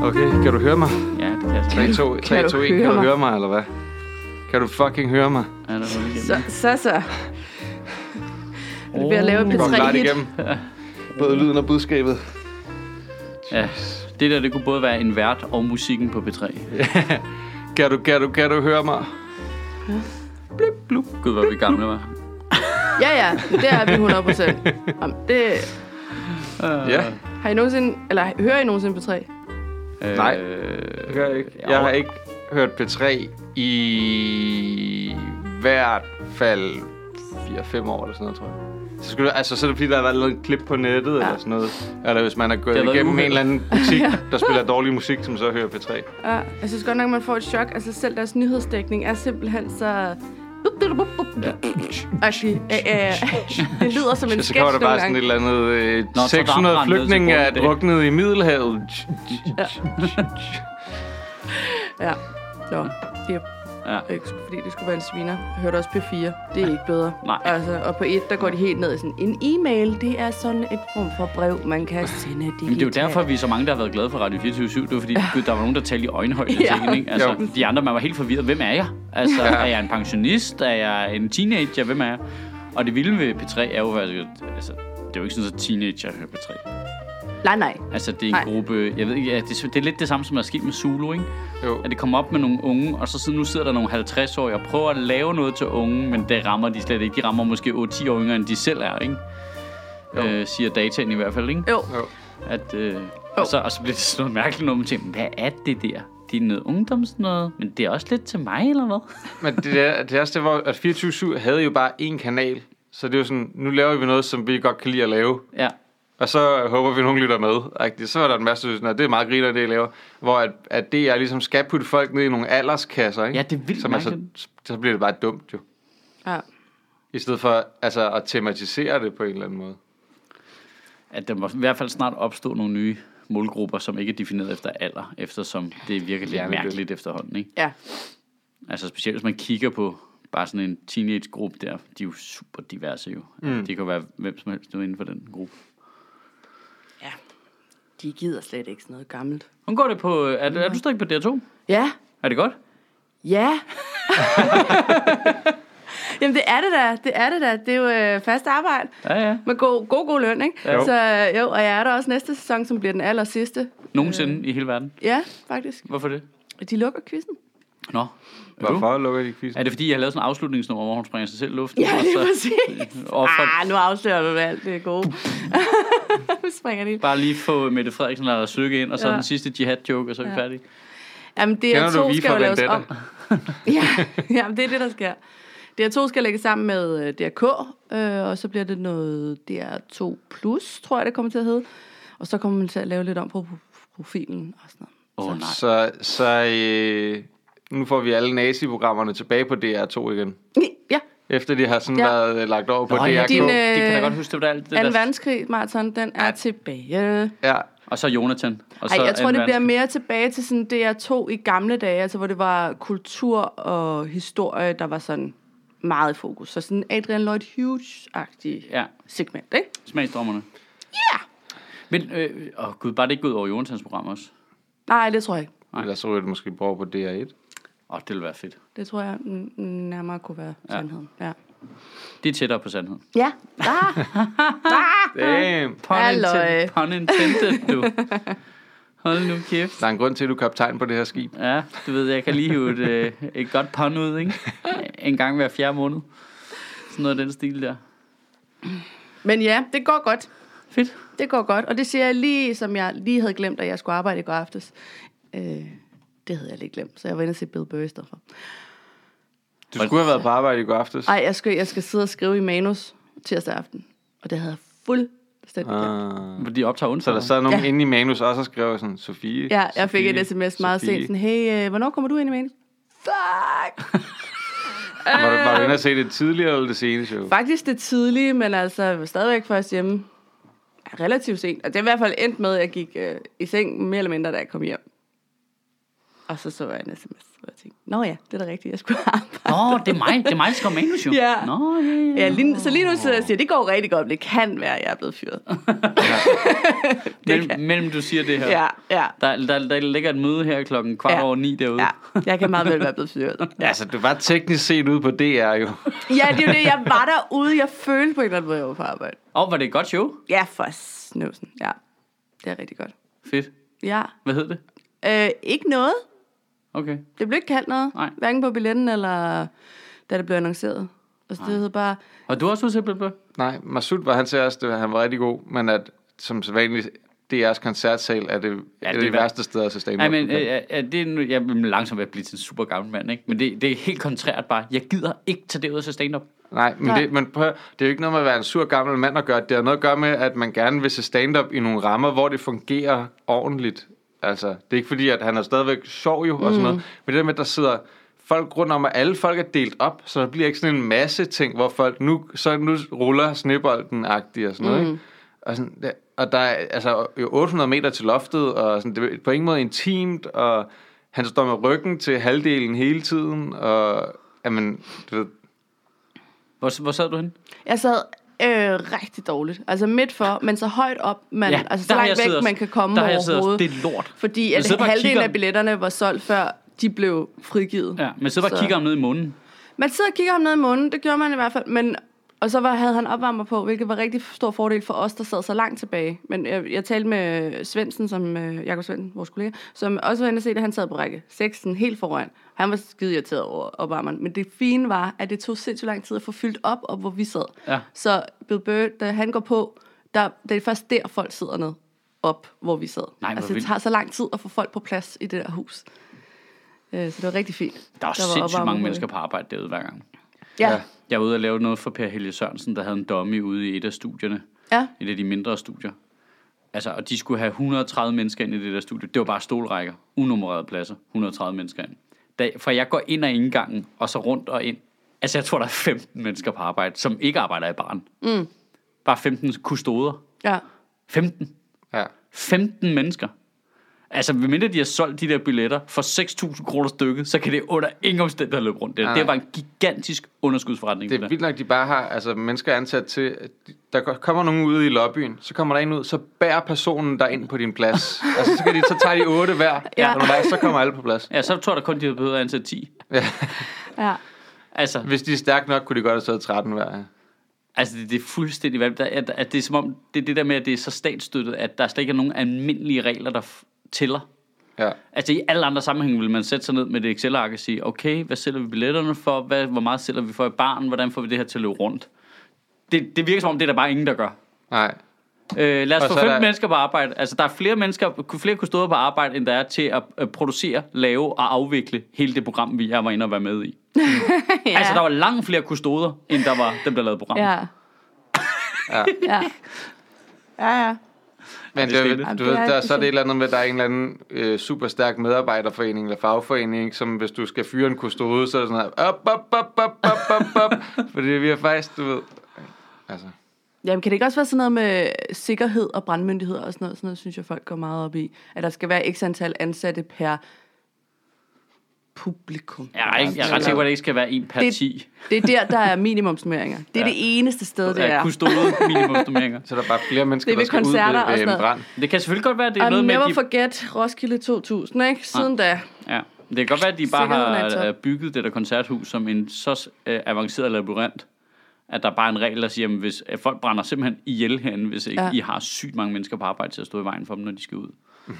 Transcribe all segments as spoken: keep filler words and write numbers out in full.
Okay, kan du høre mig? Ja, det kan jeg tre, to, tre, to, et. Kan du høre mig, eller hvad? Kan du fucking høre mig? Ja, der så, så, så. Er du ved at lave et P tre hit? Ja. Både lyden og budskabet. Ja, det der, det kunne både være en vært og musikken på P tre. kan, du, kan, du, kan du høre mig? Ja. Blip, blup. Gud, hvor vi gamle var. Ja, ja, det er vi hundrede procent. Jamen, det... Uh, ja. Har I nogensinde... Eller hører I nogensinde P tre? Øh, Nej, det gør jeg ikke. Jeg har ikke hørt P tre i hvert fald fire fem år eller sådan noget, tror jeg. Så, skulle, altså, så er det fordi, der har været lavet et klip på nettet ja. eller sådan noget. Eller hvis man er gået igennem en eller anden butik, ja. der spiller dårlig musik, som så hører P tre. Ja, jeg synes godt nok, man får et chok. Altså selv deres nyhedsdækning er simpelthen så... Ja. Actually, øh, øh, det lyder som en sketch. Så kommer der bare sådan et eller andet øh, Nå, seks hundrede flygtninge er druknet i Middelhavet. Ja. Ja. Nå, det er ja. ikke fordi det skulle være en sviner. Jeg hørte også P fire. Det er ikke bedre. Nej. Altså, og på et, der går de helt ned i sådan en e-mail. Det er sådan et form for brev, man kan sende digitalt. Men det er jo derfor, vi er så mange, der har været glade for Radio fireogtyve syv. Det var fordi, ja. der var nogen, der talte i øjenhøjde ja. til hende, ikke? Altså, jo. De andre, man var helt forvirret. Hvem er jeg? Altså, ja. er jeg en pensionist? Er jeg en teenager? Hvem er jeg? Og det vilde ved P tre er jo, altså, det er jo ikke sådan, at teenager hører P tre. Nej, nej. Altså, det er en nej. gruppe... Jeg ved ikke, ja, det, det er lidt det samme, som er sket med Zulu, ikke? Jo. At det kommer op med nogle unge, og så nu sidder der nogle halvtreds-årige og prøver at lave noget til unge, men det rammer de slet ikke. De rammer måske otte ti år yngre, end de selv er, ikke? Øh, siger dataen i hvert fald, ikke? Jo. jo. At, øh, og, så, og så bliver det sådan noget mærkeligt, når man tænker, hvad er det der? Det er noget ungdoms noget, men det er også lidt til mig, eller hvad? Men det er, det er også det, hvor at fireogtyve syv havde jo bare én kanal, så det er jo sådan, nu laver vi noget, som vi godt kan lide at lave. Ja. Og så håber vi, nogen lytter med. Så er der en masse, at det er meget griner, det jeg laver. Hvor at, at det er ligesom skal putte folk ned i nogle alderskasser, ikke? Ja, det er vildt som altså, så bliver det bare dumt, jo. Ja. I stedet for altså, at tematisere det på en eller anden måde. At der må i hvert fald snart opstå nogle nye målgrupper, som ikke er defineret efter alder, eftersom det er virkelig lidt mærkeligt efterhånden, ikke? Ja. Altså specielt, hvis man kigger på bare sådan en teenage-gruppe der, de er jo super diverse, jo. Mm. Altså, det kan være hvem som helst inden for den gruppe. Ja, de gider slet ikke sådan noget gammelt. Hun går det på... Er, er du stadig på D R to? Ja. Er det godt? Ja. Jamen det er det da. Det er det da. Det er jo øh, fast arbejde. Ja, ja. Med god, god, god løn, ikke? Ja, jo. Så jo, og jeg er der også næste sæson, som bliver den aller sidste. Nogensinde øh. i hele verden? Ja, faktisk. Hvorfor det? De lukker quizzen. Nå. Hvorfor lukker de quizzen? Er det fordi, jeg har lavet sådan en afslutningsnummer, hvor hun springer sig selv i luften? Ja, det er præcis. For... Ah, nu afslører du alt. Det er gode. Nu springer de. Bare lige få Mette Frederiksen og Søge ind, og så ja. den sidste jihad-joke, og så er vi ja. færdige. Jamen, D R to skal jo laves om. ja, jamen, det er det, der sker. D R to skal lægge sammen med D R K, øh, og så bliver det noget D R to plus, tror jeg, det kommer til at hedde. Og så kommer man til at lave lidt om på profilen og sådan noget. Åh, oh, nej. Så, så øh, nu får vi alle nazi-programmerne tilbage på D R to igen. Ja. Efter de har sådan ja. været lagt over på Nå, D R K. Ja, din, øh, det kan jeg godt huske, det var alt det anden verdenskrig, Marathon, den er ja. tilbage. Ja. Og så Jonathan. Og så Ej, jeg tror, det bliver verdenskrig. mere tilbage til sådan D R to i gamle dage, altså hvor det var kultur og historie, der var sådan meget i fokus. Så sådan Adrian Lloyd Hughes-agtig ja. segment, ikke? Smagsdommerne. Ja! Yeah. Men, øh, åh gud, bare det ikke gå ud over Jonathans program også? Nej, det tror jeg ikke. Eller så ryger det måske bare på D R et. Åh, oh, det ville være fedt. Det tror jeg n- nærmere kunne være ja. sandheden. Ja. Det er tættere på sandheden. Ja. Ah. Damn. Pun, inten- pun intended, du. Hold nu kæft. Der er en grund til, at du købte tegn på det her skib. Ja, du ved, jeg kan lige hive et, øh, et godt pun ud, ikke? En gang hver fjerde måned. Sådan noget af den stil der. Men ja, det går godt. Fedt. Det går godt, og det siger jeg lige, som jeg lige havde glemt, at jeg skulle arbejde i går aftes. Øh, det havde jeg lige glemt, så jeg var inde og se Bill Burr i stedet for. Du skulle have været på arbejde i går aftes. Nej, jeg skal, jeg skal sidde og skrive i manus tirsdag aften, og det havde jeg fuldstændig glemt. Ah. De optager onsdag. Så der sad nogen ja. inde i manus også og skrev sådan, Sofie. Ja, jeg fik Sofie, et sms meget Sofie. sent, sådan, hey, øh, hvornår kommer du ind i manus? Fuck! Var du, var du inde og se det tidligere eller det sene show? Faktisk det tidlige, men altså, jeg var stadigvæk først hjemme relativt sent. Og det er i hvert fald endt med, at jeg gik øh, i seng mere eller mindre, da jeg kom hjem. Og så så jeg en sms. jeg tænkte, nå ja, det er da rigtigt, jeg skulle arbejde. Nå, det er mig, det er mig, der skal manus jo. Ja. Nå, ja, ja. ja lige, så lige nu så jeg siger, det går rigtig godt, det kan være, at jeg er blevet fyret. mellem, mellem du siger det her. Ja, ja. Der, der, der ligger et møde her klokken kvart ja. over ni derude. Ja, jeg kan meget vel være blevet fyret. Ja. Altså, du var teknisk set ude på D R jo. Ja, det er jo det, jeg var derude, jeg følte på en eller anden måde, jeg var på arbejde. Åh, oh, var det et godt show? Ja, for snøvsen, ja. Det er rigtig godt. Fedt. Ja. Hvad hed det? Øh, ikke noget. Okay. Det blev ikke kaldt noget. Nej. Hverken på billetten, eller da det blev annonceret. Altså, det hed bare... Og du har også udsat på? Nej, Masud var han til os, det, han var rigtig god, men at som sædvanligt, D R's koncertsal er det, ja, det, er det, det værste sted at se stand-up. Nej, men øh, er det nu, jeg er langsomt ved at blive til en super gammel mand, ikke? Men det, det er helt kontrært bare. Jeg gider ikke tage det ud og se stand-up. Nej, men, Nej. Det, men prøv, det er jo ikke noget med at være en sur gammel mand at gøre. Det har noget at gøre med, at man gerne vil se stand-up i nogle rammer, hvor det fungerer ordentligt. Altså, det er ikke fordi, at han er stadigvæk sjov jo, mm. og sådan noget. Men det der med, at der sidder folk rundt om, at alle folk er delt op, så der bliver ikke sådan en masse ting, hvor folk nu, så nu ruller snebolden-agtigt og sådan noget, mm. ikke? Og, sådan, det, og der er altså jo otte hundrede meter til loftet, og sådan, det er på ingen måde intimt, og han står med ryggen til halvdelen hele tiden, og jamen, du ved... Hvor, hvor sad du henne? Jeg sad øh, rigtig dårligt. Altså midt for, men så højt op, man, ja, altså så langt væk, også, man kan komme der overhovedet. Det er lort. Fordi at halvdelen af billetterne var solgt, før de blev frigivet. Ja, men så bare kigger ham ned i munden. Man sidder og kigger ham ned i munden, det gjorde man i hvert fald, men... Og så var, havde han opvarmer på, hvilket var rigtig stor fordel for os, der sad så langt tilbage. Men jeg, jeg talte med Svendsen, som øh, Jakob Svendsen, vores kollega, som også var inde og se, at han sad på række seks helt foran. Han var skide irriteret over opvarmeren. Men det fine var, at det tog sindssygt lang tid at få fyldt op, op hvor vi sad. Ja. Så Bill Burr, da han går på, der, det er først der, folk sidder ned op, hvor vi sad. Nej, altså det tager så lang tid at få folk på plads i det der hus. Øh, så det var rigtig fint. Der er der sindssygt mange mennesker på arbejde derude hver gang. Ja. ja. Jeg var ude og lave noget for Per Helge Sørensen, der havde en dummy ude i et af studierne. Ja. Et af de mindre studier. Altså, og de skulle have et hundrede og tredive mennesker ind i det der studie. Det var bare stolrækker. Unummererede pladser. et hundrede og tredive mennesker ind. Da, for jeg går ind ad indgangen, og så rundt og ind. Altså, jeg tror, der er femten mennesker på arbejde, som ikke arbejder i baren. Mm. Bare femten kustoder. Ja. femten. Ja. femten mennesker. Altså, medmindre de har solgt de der billetter for seks tusind kroner stykket, så kan det under ingen omstændighed løbe rundt. Det, det er bare en gigantisk underskudsforretning. Det er vildt nok, de bare har altså, mennesker ansat til, der kommer nogen ud i lobbyen, så kommer der en ud, så bærer personen der ind på din plads. altså, så, kan de, så tager de otte hver, ja. og så kommer alle på plads. Ja, så tror jeg da kun, de har behøvet at ansætte ti. Ja. ja. Altså, hvis de er stærke nok, kunne de godt have taget tretten hver. Ja. Altså, det, det er fuldstændig valgt. At, at det er som om, det er det der med, at det er så statsstøttet, at der slet ikke er nogen almindelige regler, der tæller. Ja. Altså i alle andre sammenhænge vil man sætte sig ned med det Excel-ark og sige, okay, hvad sælger vi billetterne for? Hvad, hvor meget sælger vi for i baren? Hvordan får vi det her til at løbe rundt? Det, det virker som om, det er der bare ingen, der gør. Nej. Øh, lad os få femten der... mennesker på arbejde. Altså der er flere mennesker, flere kunne stå på arbejde, end der er til at, at producere, lave og afvikle hele det program, vi jeg var inde og være med i. ja. Altså der var langt flere kustoder, end der var dem, der lavede programmet. Ja. ja. ja. Ja, ja. Men det, det, du ved, der, så er det et eller andet med, at der er en eller anden øh, super stærk medarbejderforening eller fagforening, som hvis du skal fyre en kustode, så er det sådan her, op, op, op, op, op, op, op, fordi vi er faktisk, du ved, altså. Jamen, kan det ikke også være sådan noget med sikkerhed og brandmyndighed og sådan noget, sådan noget, synes jeg, folk går meget op i, at der skal være x antal ansatte per publikum. Jeg er, ikke, jeg er ret sikker på, at det ikke skal være en per ti. Det er der, der er minimumsnummeringer. Det er ja. det eneste sted, det er. Ja, kustode minimumsnummeringer. Så der er bare flere mennesker, der skal ud ved, ved en brand. Det kan selvfølgelig godt være, det er I'll noget med... never de... forget Roskilde to tusind, ikke? Siden ja. da. Ja, det kan godt være, at de bare har bygget det der koncerthus som en så øh, avanceret labyrint, at der bare er en regel, der siger, at hvis at folk brænder simpelthen ihjel herinde, hvis ikke ja. I har sygt mange mennesker på arbejde til at stå i vejen for dem, når de skal ud.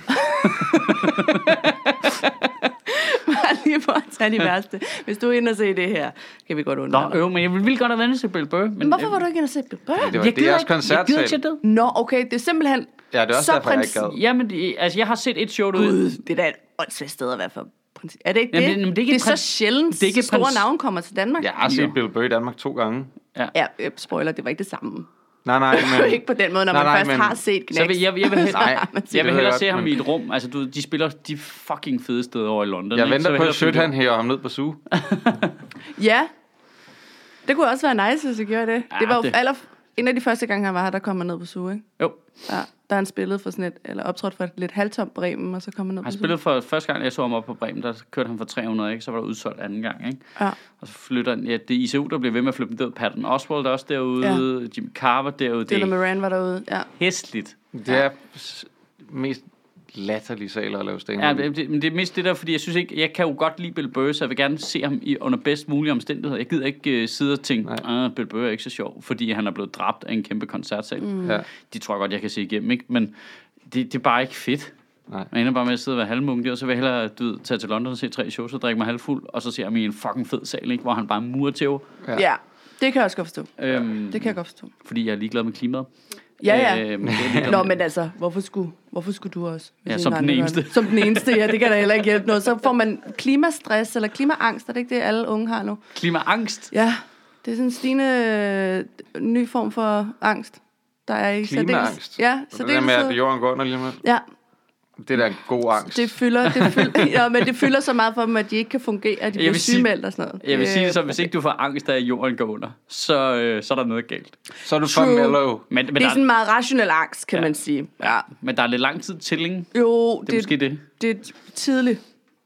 Bare lige for at tage de værste. Hvis du er inde og se det her, kan vi godt undre. Nå, øv, men jeg vil vildt godt have været inde og se Bill Burr. Men hvorfor var du ikke inde og se Bill Burr? Det var jeg deres koncertsal. Nå, okay, det er simpelthen ja, det er også så derfor, jeg ikke gad. Jamen, det, altså, jeg har set et show derude. Gud, det er da et åndssvagt sted at være for. Er det ikke det? Jamen, det, det, er, det er så sjældent, det er ikke store navn kommer til Danmark. Jeg har set Bill Burr i Danmark to gange. Ja, ja spoiler, det var ikke det samme. Nej, nej, men... ikke på den måde, når nej, man nej, først men... har set Knæks. Så vil, jeg, jeg vil, hellere, nej, jeg vil hellere se ham men... i et rum. Altså, du, de spiller de fucking fede steder over i London. Jeg ikke? venter på, at Sødt han hæver ham ned på suge. Ja, det kunne også være nice, hvis jeg gjorde det. Ja, det var jo aller... en af de første gange, han var her, der kom han ned på Zoo, ikke? Jo. Ja, der han spillede for sådan et, eller optrådt for et lidt halvtomt Bremen, og så kom han ned på Han Zoo. spillede for første gang, jeg så ham op på Bremen, der kørte han for tre hundrede, ikke? Så var der udsolgt anden gang, ikke? Ja. Og så flytter han, ja, det er I C U, der bliver ved med at flytte dem. Patton Oswalt er også derude, ja. Jimmy Carver derude. Dylan Moran var derude, ja. Hæsligt. Det er mest latterlige saler at lave sten. Ja, det, det, men det er mest det der, fordi jeg synes ikke, jeg kan jo godt lide Bill Burr, så jeg vil gerne se ham i, under bedst mulige omstændigheder. Jeg gider ikke uh, sidde og tænke, ah, Bill Burr er ikke så sjov, fordi han er blevet dræbt af en kæmpe koncertsal. Mm. Ja. De tror jeg godt, jeg kan se igennem, ikke? Men det, det er bare ikke fedt. Nej. Man ender bare med at sidde og være halvmunke, og så vil jeg hellere du ved, tage til London og se tre shows, og drikke mig halvfuld, og så ser jeg mig i en fucking fed sal, ikke? Hvor han bare murer til. Ja. ja, det kan jeg også godt forstå. Øhm, det kan jeg godt forstå. Fordi jeg er ligeglad med klimaet. Ja, ja. Øhm, Nå, men altså, hvorfor skulle, hvorfor skulle du også? Ja, som den eneste. Som den eneste, ja, det kan da heller ikke hjælpe noget. Så får man klimastress eller klimaangst, er det ikke det, alle unge har nu? Klimaangst? Ja, det er sådan en stigende øh, ny form for angst. Der er i klimaangst? Ja, så det er med, at jorden går under lige med. Ja. Det der er god angst. Det fylder, det fylder, ja, men det fylder så meget for dem, at de ikke kan fungere, at de bliver sygemeldt og sådan noget. Jeg vil sige det så, hvis ikke du får angst af, at jorden går under, så, øh, så er der noget galt. Så er du for mellow. Men, men det er sådan en meget rationel angst, kan ja. man sige. Ja. Men der er lidt lang tid til, ikke? Jo, det er det, måske det. Det er tidligt.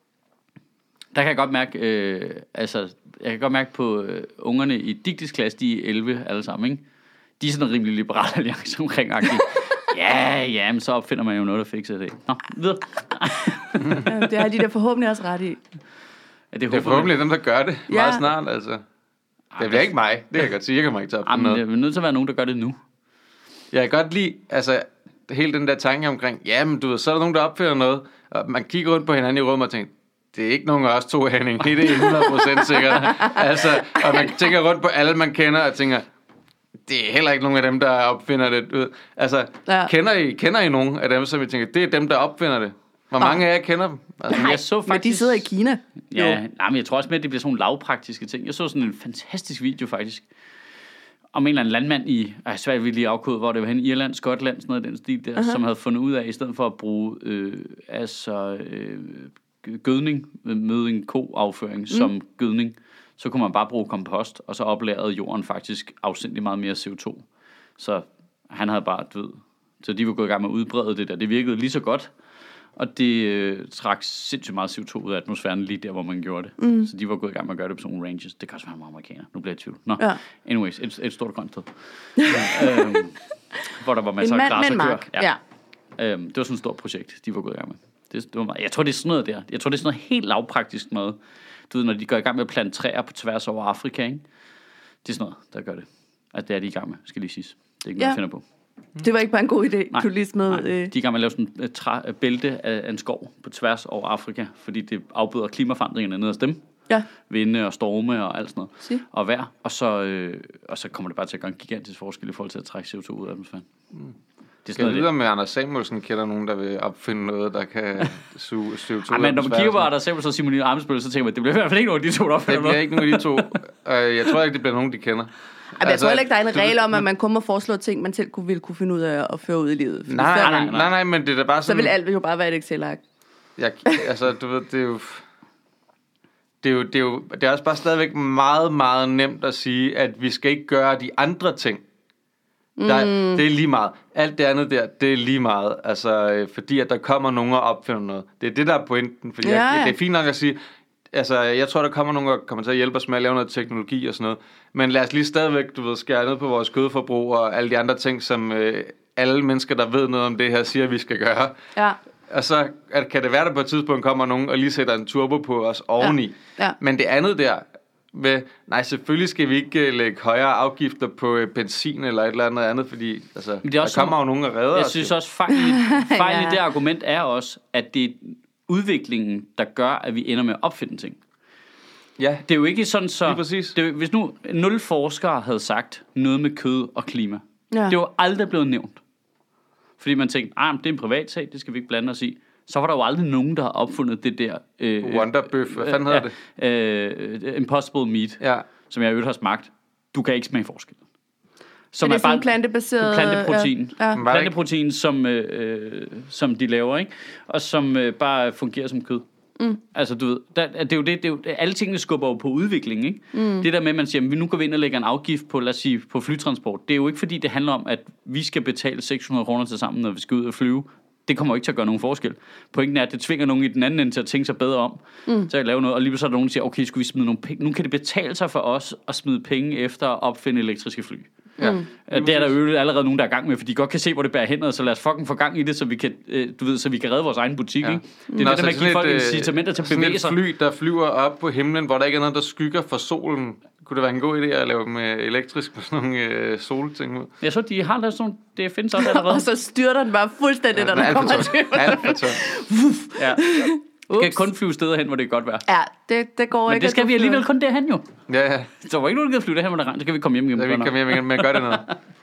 Der kan jeg godt mærke, øh, altså, jeg kan godt mærke på øh, ungerne i Digtes klasse, de er elleve alle sammen, ikke? De er sådan en rimelig liberal alliance omkring agtigt. Ja, ja, men så opfinder man jo noget, der fikser det. Nå, videre. Ja, det har de der forhåbentlig også ret i. Ja, det, det er forhåbentlig dem, der gør det ja. meget snart, altså. Det bliver ikke mig, det kan jeg godt sige. Jeg kommer ikke til at opfinde noget. Det er nødt til at være nogen, der gør det nu. Jeg kan godt lide, altså, hele den der tanke omkring, ja, men du ved, så er der nogen, der opfinder noget, og man kigger rundt på hinanden i rummet og tænker, det er ikke nogen af os to, Henning. Det er hundrede procent sikkert. Altså, og man tænker rundt på alle, man kender, og tænker, det er heller ikke nogen af dem, der opfinder det. Altså, ja. kender, I, kender I nogen af dem, som I tænker, det er dem, der opfinder det? Hvor mange af jer kender dem? Altså, Nej, jeg så faktisk... men de sidder i Kina. Ja, nej, men jeg tror også med, at det bliver sådan nogle lavpraktiske ting. Jeg så sådan en fantastisk video faktisk, om en eller anden landmand i, ej, svært ved lige afkode, hvor det var hen, Irland, Skotland, sådan noget den stil der, uh-huh. som havde fundet ud af, i stedet for at bruge øh, altså, øh, gødning, med en ko-afføring mm. som gødning, så kunne man bare bruge kompost, og så oplærede jorden faktisk afsindig meget mere C O to. Så han havde bare, du ved, så de var gået i gang med at udbrede det der. Det virkede lige så godt, og det øh, trak sindssygt meget C O to ud af atmosfæren lige der, hvor man gjorde det. Mm. Så de var gået i gang med at gøre det på sådan nogle ranges. Det kan også være meget amerikaner. Nu bliver jeg i tvivl. Nå, ja. anyways, et, et stort grønt sted. øhm, hvor der var masser af græs og køer. Ja. Ja. Øhm, det var sådan et stort projekt, de var gået i gang med. Det, det var meget, jeg tror, det er sådan noget der. Jeg tror, det er sådan noget helt lavpraktisk noget. Du ved, når de går i gang med at plante træer på tværs over Afrika, ikke? Det er sådan noget, der gør det. Altså, det er de i gang med, skal lige siges. Det er ikke noget, ja. jeg finder på. Det var ikke bare en god idé. Nej, du lige smed, nej. De er i gang med at lave sådan et træ, bælte af en skov på tværs over Afrika, fordi det afbøder klimaforandringerne ned hos dem. Ja. Vinde og storme og alt sådan noget. Si. Og vejr. Og så, øh, og så kommer det bare til at gøre en gigantisk forskel i forhold til at trække C O to ud af atmosfæren. Mm. Det skal videre med Anders Samuelsen, kender nogen, der vil opfinde noget, der kan suge C O to. Ja, men når man kigger på Anders Samuelsen og Simon Armsbøl, så tænker man, det bliver i hvert fald ikke nogen af de to, der opfinder noget. Det bliver ikke nogen af de to. Uh, jeg tror ikke, det bliver nogen, de kender. Altså, jeg tror heller ikke, der er en regel om, at man kun må foreslå ting, man selv kunne, ville kunne finde ud af at føre ud i livet. Nej, nej, nej, nej, nej, men det er da bare sådan... Så vil alt jo bare være et Excel-ark. Jeg, altså, du ved, det er jo... Det er jo, det er jo det er også bare stadigvæk meget, meget nemt at sige, at vi skal ikke gøre de andre ting. Der, mm. Det er lige meget. Alt det andet der, det er lige meget. Altså, fordi at der kommer nogen og opfinder noget. Det er det, der er pointen. Fordi ja, jeg, det er fint nok at sige, altså, jeg tror, der kommer nogen, der kommer til at hjælpe os med at lave noget teknologi og sådan noget. Men lad os lige stadigvæk, du ved, skære ned på vores kødforbrug og alle de andre ting, som øh, alle mennesker, der ved noget om det her, siger, vi skal gøre. Ja. Og så at, kan det være, der på et tidspunkt kommer nogen og lige sætter en turbo på os oveni. Ja. Ja. Men det andet der, med, nej, selvfølgelig skal vi ikke uh, lægge højere afgifter på uh, benzin eller et eller andet andet, fordi altså, der kommer jo nogen og redder os. Jeg synes også, fejlen fejl ja. i det argument er også, at det er udviklingen, der gør, at vi ender med at opfinde ting. Ja. Det er jo ikke sådan så... Det er, hvis nu nul forskere havde sagt noget med kød og klima, ja. det var aldrig blevet nævnt. Fordi man tænkte, ah, det er en privat sag, det skal vi ikke blande os i. Så var der jo aldrig nogen, der har opfundet det der... Øh, Wonderbøf, hvad fanden hedder ja, det? Øh, Impossible Meat, ja. som jeg øvrigt har smagt. Du kan ikke smage forskel. Som er, er det er sådan plantebaseret... Planteprotein. Ja. Ja. Planteprotein, som, øh, som de laver, ikke? Og som øh, bare fungerer som kød. Mm. Altså, du ved, der, det er jo det, det er jo, alle tingene skubber jo på udvikling, ikke? Mm. Det der med, at man siger, at nu går vi ind og lægger en afgift på, lad os sige, på flytransport. Det er jo ikke, fordi det handler om, at vi skal betale seks hundrede kroner til sammen, når vi skal ud og flyve. Det kommer ikke til at gøre nogen forskel. Pointen er, at det tvinger nogen i den anden ende til at tænke sig bedre om. Mm. Så jeg lave noget, og lige så er der nogen, der siger, okay, skulle vi smide nogle penge? Nu kan det betale sig for os at smide penge efter at opfinde elektriske fly. Ja. Mm. Det er der jo allerede nogen, der er i gang med, for de godt kan se, hvor det bærer hen, så lad os fucking få gang i det, så vi kan, øh, du ved, så vi kan redde vores egen butik. Ja. Ikke? Det er Nå, det, der med at give folk incitamenter til at bevæge sig. Fly, der flyver op på himlen, hvor der ikke er noget, der skygger for solen. Kunne det være en god idé at lave med elektrisk med sådan nogle øh, solting ud? Jeg så, de har lavet sådan, det findes også allerede. Og så styrter den bare fuldstændig, ja, når der kommer til. Alt for tørt. Ja. Du kan kun flyve steder hen, hvor det er godt vejr. Ja, det, det går men ikke. Men det skal vi alligevel kun derhen jo. Ja, ja. Så var ikke nogen, der kan flyve derhen, hvor der regn. Så kan vi komme hjem igen. Så vi komme hjem igen, men gør det noget.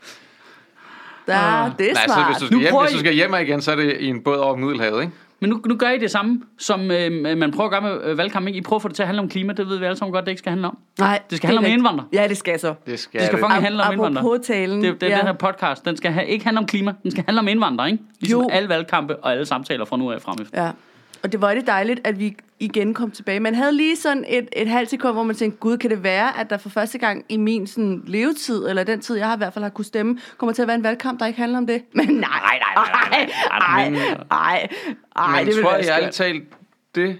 Der, uh. det er smart. Nej, så hvis du skal, hjem, hvis du skal hjem igen, så er det i en båd over Middelhavet, ikke? Men nu, nu gør I det samme, som øh, man prøver at gøre med øh, valgkamp. Ikke? I prøver at få det til at handle om klima. Det ved vi alle sammen godt, det ikke skal handle om. Nej, det skal handle om indvandrere. Ja, det skal så. Det skal, det skal fucking handle om indvandrere. Apropos talen. Det, det, ja. Den her podcast, den skal have, ikke handle om klima. Den skal handle om indvandrere, ikke? Ligesom jo. Alle valgkampe og alle samtaler fra nu af frem efter. Ja. Og det var det dejligt, at vi igen kom tilbage. Man havde lige sådan et, et halvt sekund, hvor man tænkte, gud, kan det være, at der for første gang i min sådan, levetid, eller den tid, jeg har i hvert fald har kunnet stemme, kommer til at være en valgkamp, der ikke handler om det? Men nej, nej, nej, nej, nej, nej, nej, det vil tror jeg ærligt talt det.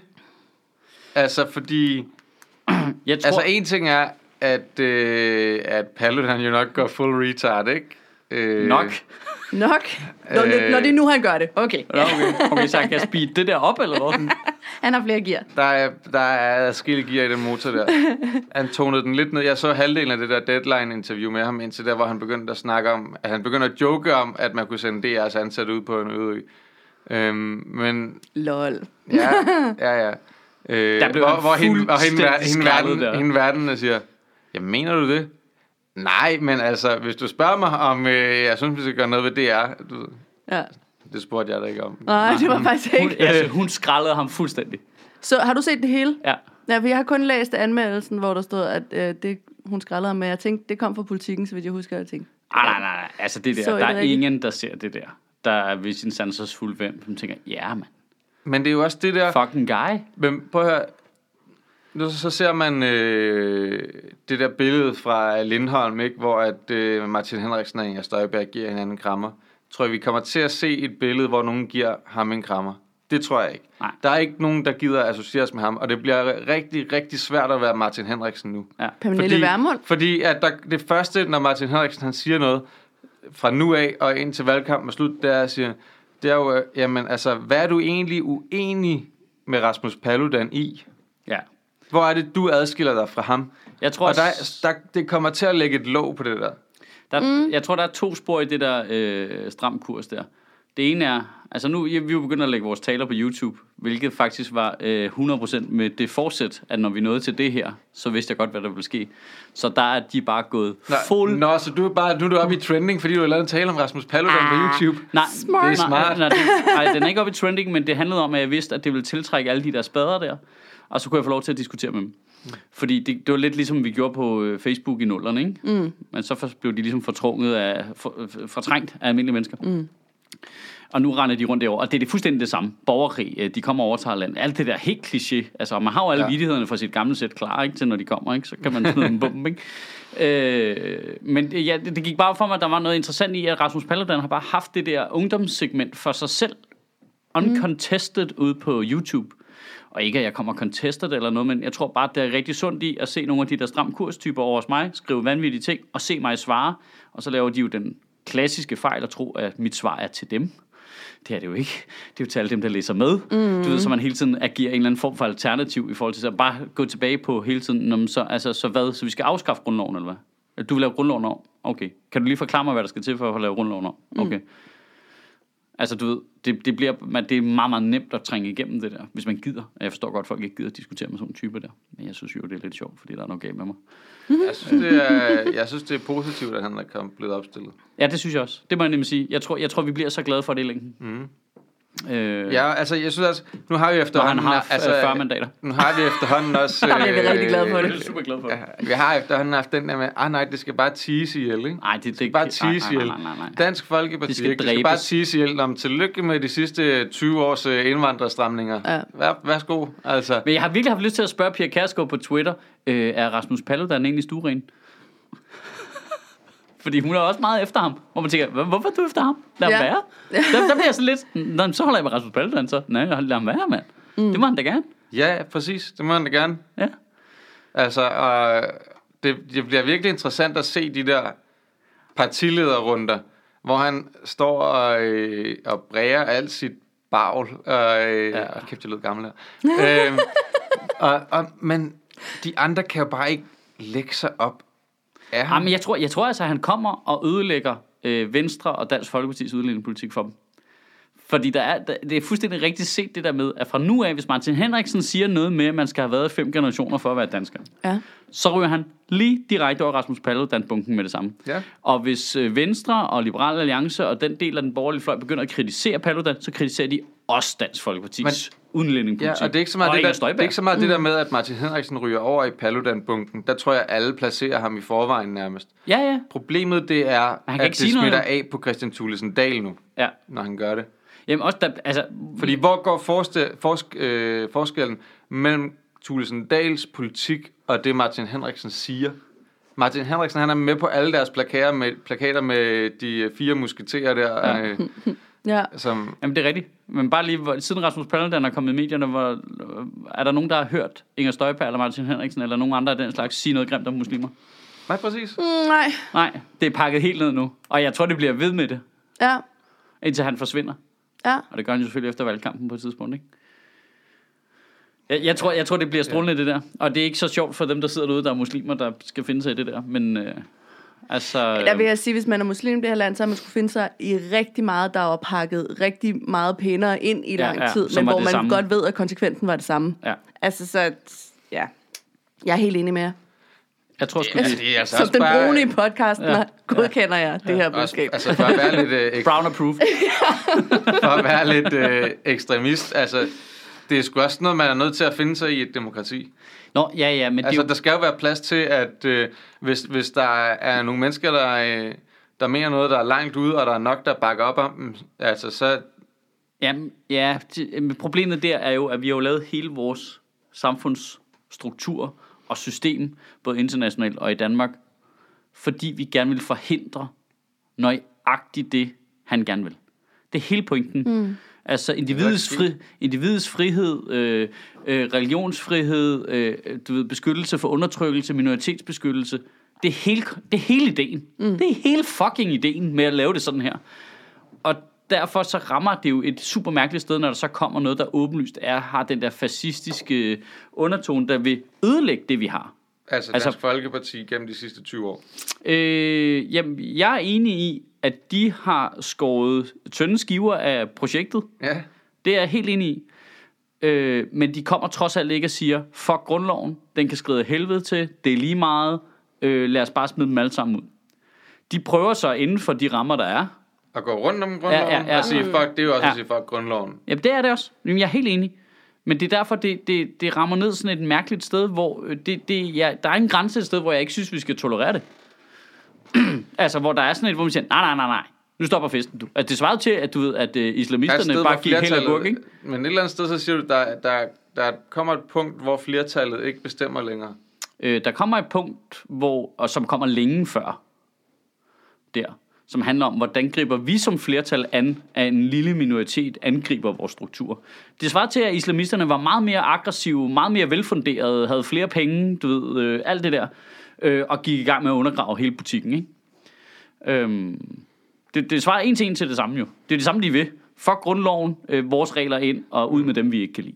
Altså, fordi... jeg tror... Altså, en ting er, at, øh, at Paludan jo nok går full retard, ikke? Øh, nok. Nok? Når, øh, når det er nu, han gør det. Okay. okay. Okay, så han kan speede det der op, eller hvad? Han har flere gear. Der er, der er adskillige gear i den motor der. Han tonede den lidt ned. Jeg så halvdelen af det der Deadline-interview med ham, indtil der, hvor han begyndte at snakke om, at han begyndte at joke om, at man kunne sende D R's ansatte ud på en øde ø. Øhm, men... Lol. Ja, ja, ja. Øh, der blev hvor, hvor hende, og hende, hende, verden, der. hende verden siger, ja, mener du det? Nej, men altså, hvis du spørger mig om, øh, jeg synes, vi skal gøre noget ved D R, du, ja. Det spurgte jeg da ikke om. Nej, det var faktisk ikke. Hun, altså, hun skrællede ham fuldstændig. Så har du set det hele? Ja. Ja, for jeg har kun læst anmeldelsen, hvor der stod, at øh, det, hun skrællede ham med. Jeg tænkte, det kom fra Politikken, så vidt jeg husker, jeg tænkte. Nej, nej, nej, altså det der, der er rigtigt? Ingen, der ser det der. Der er ved sin sansersfuld hvem, som tænker, ja, mand. Men det er jo også det der... Fucking guy. Men prøv at høre. Nu så ser man øh, det der billede fra Lindholm, ikke, hvor at øh, Martin Henriksen og Inger Støjberg giver hinanden krammer. Tror jeg, vi kommer til at se et billede, hvor nogen giver ham en krammer. Det tror jeg ikke. Nej. Der er ikke nogen, der gider associeres med ham, og det bliver rigtig, rigtig svært at være Martin Henriksen nu. Ja. Pernille Vermund. Fordi at der, det første, når Martin Henriksen han siger noget, fra nu af og ind til valgkampen og slut, det er, siger, det er jo, jamen altså, hvad er du egentlig uenig med Rasmus Paludan i? Ja. Hvor er det, du adskiller dig fra ham? Jeg tror, og der, der, det kommer til at lægge et låg på det der. der mm. Jeg tror, der er to spor i det der øh, stram kurs der. Det ene er, altså nu, vi er jo begyndt at lægge vores taler på YouTube, hvilket faktisk var øh, hundrede procent med det forsæt, at når vi nåede til det her, så vidste jeg godt, hvad der ville ske. Så der er de bare gået fuld... Nå, så du er, bare, nu er du oppe i trending, fordi du har lavet en tale om Rasmus Paludan ah, på YouTube. Nej, smart. Det er smart. Nej, nej, nej, nej, den er ikke oppe i trending, men det handlede om, at jeg vidste, at det ville tiltrække alle de der spader der, og så kunne jeg få lov til at diskutere med dem. Mm. Fordi det, det var lidt ligesom vi gjorde på øh, Facebook i nullerne, ikke? Mm. Men så for, blev de ligesom fortrunget af, for, for, fortrængt af almindelige mennesker. Mm. Og nu render de rundt derovre, og det er det fuldstændig det samme. Borgerkrig, de kommer og overtager landet. Alt det der helt kliché. Altså, man har jo alle ja. vittighederne fra sit gamle sæt klar, ikke, til når de kommer, ikke? Så kan man smide en bombe, ikke? Øh, men ja, det, det gik bare for mig, at der var noget interessant i, at Rasmus Paludan har bare haft det der ungdomssegment for sig selv. Uncontested mm. ude på YouTube. Og ikke, at jeg kommer contestet eller noget, men jeg tror bare, at det er rigtig sundt i at se nogle af de der stram kurstyper over hos mig, skrive vanvittige ting, og se mig svare. Og så laver de jo den klassiske fejl at tro, at mit svar er til dem. Det er det jo ikke. Det er jo til alle dem, der læser med. Mm. Du ved, så man hele tiden agerer en eller anden form for alternativ i forhold til at bare gå tilbage på hele tiden. Så, altså, så hvad? Så vi skal afskaffe grundloven, eller hvad? Du vil lave grundloven om? Okay. Kan du lige forklare mig, hvad der skal til for at lave grundloven om? Okay. Mm. Altså, du ved, det, det, bliver, man, det er meget, meget nemt at trænge igennem det der, hvis man gider. Jeg forstår godt, at folk ikke gider at diskutere med sådan nogle typer der. Men jeg synes jo, det er lidt sjovt, fordi der er noget galt med mig. Jeg synes, det er, jeg synes, det er positivt, at han er blevet opstillet. Ja, det synes jeg også. Det må jeg nemlig sige. Jeg tror, jeg tror vi bliver så glade for det i længden. Mm. Øh, ja, altså jeg synes også, nu har vi efterhånden... han har altså, fyrre mandater. Nu har vi efterhånden også... Der bliver vi rigtig glade for det. Jeg er super glad for det. Ja, vi har efterhånden haft den der med, ah nej, det skal bare tease ihjel, ikke? Nej, det, det, skal bare tease ihjel. Dansk Folkeparti, skal det skal bare tease ihjel. Om tillykke med de sidste tyve års indvandrerstramninger. Ja. Vær, værsgo, altså. Men jeg har virkelig haft lyst til at spørge Pia Kjærsgaard på Twitter, øh, er Rasmus Paludan egentlig stueren? Fordi hun er også meget efter ham. Hvor man tænker, hvorfor er du efter ham? Lad ham ja. være. Der, der bliver jeg sådan lidt, Nå, så holder jeg med Rasmus Paludan så. Nej, lad ham være, mand. Mm. Det må han da gerne. Ja, præcis. Det må han da gerne. Ja. Altså, øh, det, det bliver virkelig interessant at se de der partilederrunder, hvor han står og, øh, og bræger alt sit bagl. Og, øh, ja. Kæft, jeg lød gammel her. øh, og, og, men de andre kan jo bare ikke lægge sig op. Ja, men jeg tror, jeg tror altså, at han kommer og ødelægger øh, Venstre og Dansk Folkepartis udlændingepolitik for dem. Fordi der er, der, det er fuldstændig rigtigt set det der med, at fra nu af, hvis Martin Henriksen siger noget med, at man skal have været fem generationer for at være dansker, ja. så ryger han lige direkte over Rasmus Paludan-bunken med det samme. Ja. Og hvis øh, Venstre og Liberal Alliance og den del af den borgerlige fløj begynder at kritisere Paludan, så kritiserer de også Dansk Folkepartis men, udlændingepolitik. Ja, og det er ikke så meget, det der, det er ikke så meget mm. det der med, at Martin Henriksen ryger over i Paludan-bunken. Der tror jeg, alle placerer ham i forvejen nærmest. Ja, ja. Problemet det er, at det smitter af på Kristian Thulesen Dahl nu, ja. når han gør det. Jamen også, der, altså... Fordi hvor går forske, forsk, øh, forskellen mellem Thulesen Dahls politik og det Martin Henriksen siger? Martin Henriksen, han er med på alle deres plakater med, plakater med de fire musketerer der. Ja. Øh, ja. Som, Jamen det er rigtigt. Men bare lige, hvor, siden Rasmus Paludan er kommet i medierne, hvor, er der nogen, der har hørt Inger Støjberg eller Martin Henriksen eller nogen andre af den slags sige noget grimt om muslimer? Nej, præcis. Mm, nej. Nej, det er pakket helt ned nu. Og jeg tror, det bliver ved med det. Ja. Indtil han forsvinder. Ja. Og det gør han jo selvfølgelig efter valgkampen på et tidspunkt, ikke? Jeg, jeg, tror, jeg tror, det bliver strålende, ja. det der. Og det er ikke så sjovt for dem, der sidder derude, der er muslimer, der skal finde sig i det der. Men øh, altså... Der vil jeg sige, hvis man er muslim i det her land, så har man skulle finde sig i rigtig meget, der var pakket rigtig meget pænere ind i lang ja, ja, tid. Men hvor man samme. godt ved, at konsekvensen var det samme. Ja. Altså så... Ja. Jeg er helt enig med jer. Jeg tror sgu, det, det, det er altså som den bare... brune i podcasten ja. godkender jeg ja. det her budskab. Altså for at være lidt... Øh, ek... Brown approved. For at være lidt øh, ekstremist, altså... Det er sgu også noget, man er nødt til at finde sig i et demokrati. Nå, ja, ja, men altså, det jo... der skal jo være plads til, at øh, hvis, hvis der er nogle mennesker, der, øh, der mener noget, der er langt ude, og der er nok, der bakker op om dem, altså så... Jamen, ja, det, problemet der er jo, at vi har jo lavet hele vores samfundsstruktur og system, både internationalt og i Danmark, fordi vi gerne vil forhindre nøjagtigt det, han gerne vil. Det er hele pointen. Mm. Altså individets, fri, individets frihed, øh, øh, religionsfrihed, øh, du ved, beskyttelse for undertrykkelse, minoritetsbeskyttelse. Det er hele, det er hele ideen. Mm. Det er hele fucking ideen med at lave det sådan her. Og derfor så rammer det jo et super mærkeligt sted, når der så kommer noget, der åbenlyst er, har den der fascistiske undertone, der vil ødelægge det, vi har. Altså Dansk altså, Folkeparti gennem de sidste tyve år? Øh, jamen, jeg er enig i, at de har skåret tynde skiver af projektet. Ja. Det er jeg helt enig i. Øh, men de kommer trods alt ikke og siger, fuck grundloven, den kan skride helvede til, det er lige meget, øh, lad os bare smide dem alle sammen ud. De prøver så inden for de rammer, der er. At gå rundt om grundloven ja, ja, ja. og sige, fuck, det er jo også ja. at sige, fuck grundloven. Ja, det er det også. Jamen, jeg er helt enig. Men det er derfor, det, det, det rammer ned sådan et mærkeligt sted, hvor det, det, ja, der er en grænse et sted, hvor jeg ikke synes, vi skal tolerere det. Altså, hvor der er sådan et, hvor man siger, nej, nej, nej, nej, nu stopper festen, du. Altså, det svarer til, at du ved, at uh, islamisterne sted, bare gik helt af burk, ikke? Men et eller andet sted, så siger du, der, der, der kommer et punkt, hvor flertallet ikke bestemmer længere. Øh, der kommer et punkt, hvor, og som kommer længe før, der, som handler om, hvordan griber vi som flertal an, af en lille minoritet angriber vores struktur. Det svarer til, at islamisterne var meget mere aggressive, meget mere velfunderede, havde flere penge, du ved, øh, alt det der, øh, og gik i gang med at undergrave hele butikken, ikke? Øhm, det, det svarer en til en til det samme jo. Det er det samme, de vil. Fuck grundloven, øh, vores regler ind, og ud med dem, vi ikke kan lide.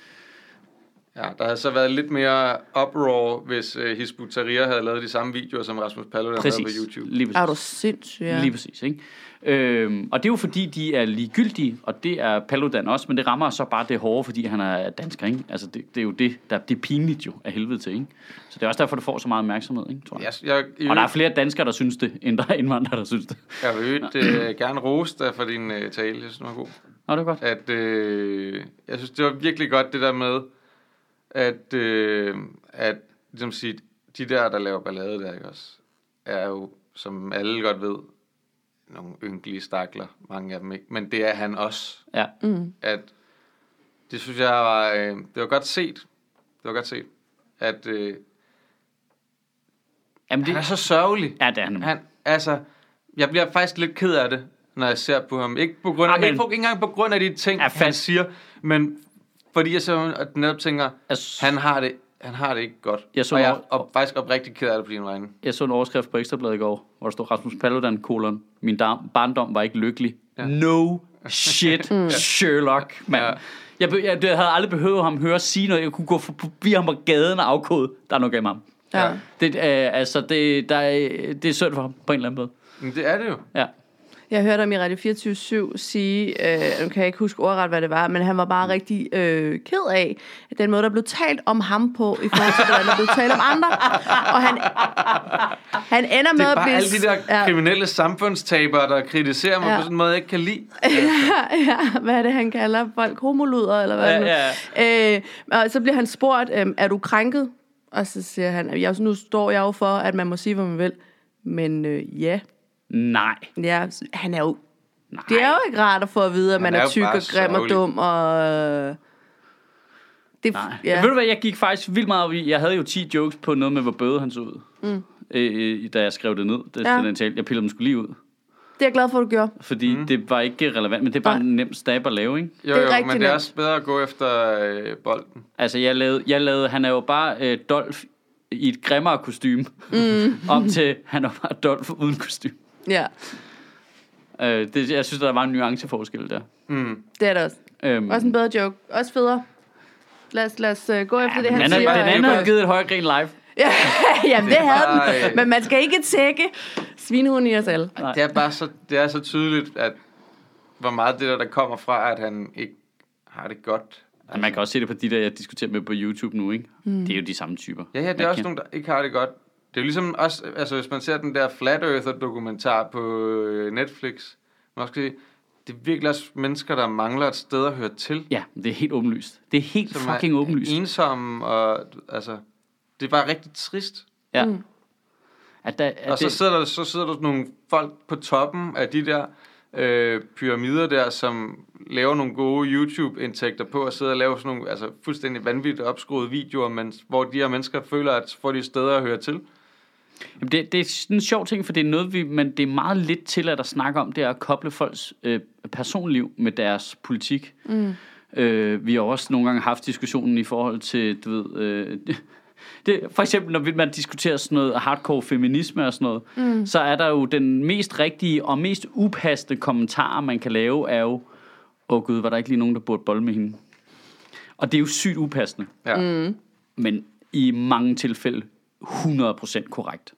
Ja, der havde så været lidt mere uproar, hvis uh, Hizb ut-Tahrir havde lavet de samme videoer, som Rasmus Paludan havde på YouTube. Lige præcis. Er du sindssygt, ja. Lige præcis, ikke? Øhm, og det er jo fordi, de er ligegyldige, og det er Paludan også, men det rammer så bare det hårde, fordi han er dansker, ikke? Altså, det, det er jo det, der, det er pinligt jo af helvede til, ikke? Så det er også derfor, det får så meget opmærksomhed, ikke, tror jeg. Yes, jeg, jeg og der er flere danskere, der synes det, end der er indvandrere, der synes det. Jeg vil ja. uh, gerne rose dig for din uh, tale, jeg synes, den var god. Nå, det er godt. At, øh, jeg synes, det var virkelig godt, det der med, at, øh, at ligesom sige, de der, der laver ballade der, ikke også, er jo, som alle godt ved, nogle ynkelige stakler, mange af dem ikke, men det er han også. Ja. Mm. At, det synes jeg var, øh, det var godt set, det var godt set, at øh, Jamen, det, han er så sørgelig. Ja, det er han. han. Altså, jeg bliver faktisk lidt ked af det, når jeg ser på ham. Ikke, på grund af, Amen. ikke, ikke engang på grund af de ting, ja, han siger, men fordi jeg så at netop tænker, at han har det, han har det ikke godt. Jeg så og jeg er op, faktisk oprigtig ked af det på din vegne. Jeg så en overskrift på Ekstrabladet i går, hvor der stod Rasmus Paludan, kolon, min dar- barndom var ikke lykkelig. Ja. No shit, Sherlock, mand. Ja. Jeg, jeg, jeg havde aldrig behøvet ham høre sige noget. Jeg kunne gå forbi ham på gaden og afkode. Der er noget gennem ham. Ja. Det, øh, altså, det, der er, det er synd for ham på en eller anden måde. Men det er det jo. Ja. Jeg hørte ham i Radio fireogtyve syv sige, øh, nu kan jeg ikke huske ordret, hvad det var, men han var bare rigtig øh, ked af den måde, der blev talt om ham på, i forhold til, hvordan der blev talt om andre. Og han, han ender med at blive... Det er bare alle de der ja. kriminelle samfundstabere, der kritiserer mig ja. på sådan en måde, jeg ikke kan lide. ja, ja, hvad er det, han kalder folk? Homoluder, eller hvad ja, ja. Øh, og så bliver han spurgt, øh, er du krænket? Og så siger han, jeg, nu står jeg jo for, at man må sige, hvad man vil. Men øh, ja... Nej. Ja, han er jo... Nej. Det er jo ikke rart at få at vide, at man er, er tyk og grim og dum og... Det, Nej. Ja. Ved du hvad, jeg gik faktisk vildt meget op i... Jeg havde jo ti jokes på noget med, hvor bøde han så ud. Mm. Øh, da jeg skrev det ned. Det, ja. den tale. Jeg pillede dem sgu lige ud. Det er jeg glad for, at du gjorde. Fordi mm. det var ikke relevant, men det er bare Nej. en nem stab at lave, ikke? Jo, jo, det men nemt. Det er også bedre at gå efter øh, bolden. Altså, jeg lavede, jeg lavede... Han er jo bare øh, Dolph i et grimmere kostume. Mm. Om til, han er bare Dolph uden kostume. Ja. Øh, det, jeg synes, der var en nuanceforskel der. Mm. Det er det også. Øhm. Også en bedre joke. Også federe. Lad os, lad os uh, gå ja, efter det, han siger. Den anden har givet et højt grin live. ja, jamen, det havde den. Men man skal ikke tække svinehunden i os alle. Nej. Det er bare så, det er så tydeligt, at hvor meget det der, der kommer fra, at han ikke har det godt. Altså. Man kan også se det på de der, jeg diskuterer med på YouTube nu, ikke? Mm. Det er jo de samme typer. Ja, ja, det er også nogen, der ikke har det godt. Det er jo ligesom også, altså hvis man ser den der Flat Earther dokumentar på Netflix, man også kan sige, det er virkelig også mennesker, der mangler et sted at høre til. Ja, det er helt åbenlyst. Det er helt som fucking er åbenlyst. Ensomme, og altså, det er bare rigtig trist. Ja. Mm. At der, at og så sidder, der, så sidder der nogle folk på toppen af de der øh, pyramider der, som laver nogle gode YouTube-indtægter på at sidde og lave sådan nogle altså, fuldstændig vanvittigt opskruede videoer, men, hvor de her mennesker føler, at får de steder at høre til. Jamen det, det er sådan en sjov ting, for det er noget, vi, men det er meget lidt til at snakke om, det er at koble folks øh, personliv med deres politik. Mm. Øh, vi har også nogle gange haft diskussionen i forhold til, du ved... Øh, det, for eksempel, når man diskuterer sådan noget hardcore feminisme og sådan noget, mm. så er der jo den mest rigtige og mest upassende kommentar, man kan lave, er jo, åh oh, gud, var der ikke lige nogen, der burde bolle med hende? Og det er jo sygt upassende. Ja. Mm. Men i mange tilfælde hundrede procent korrekt.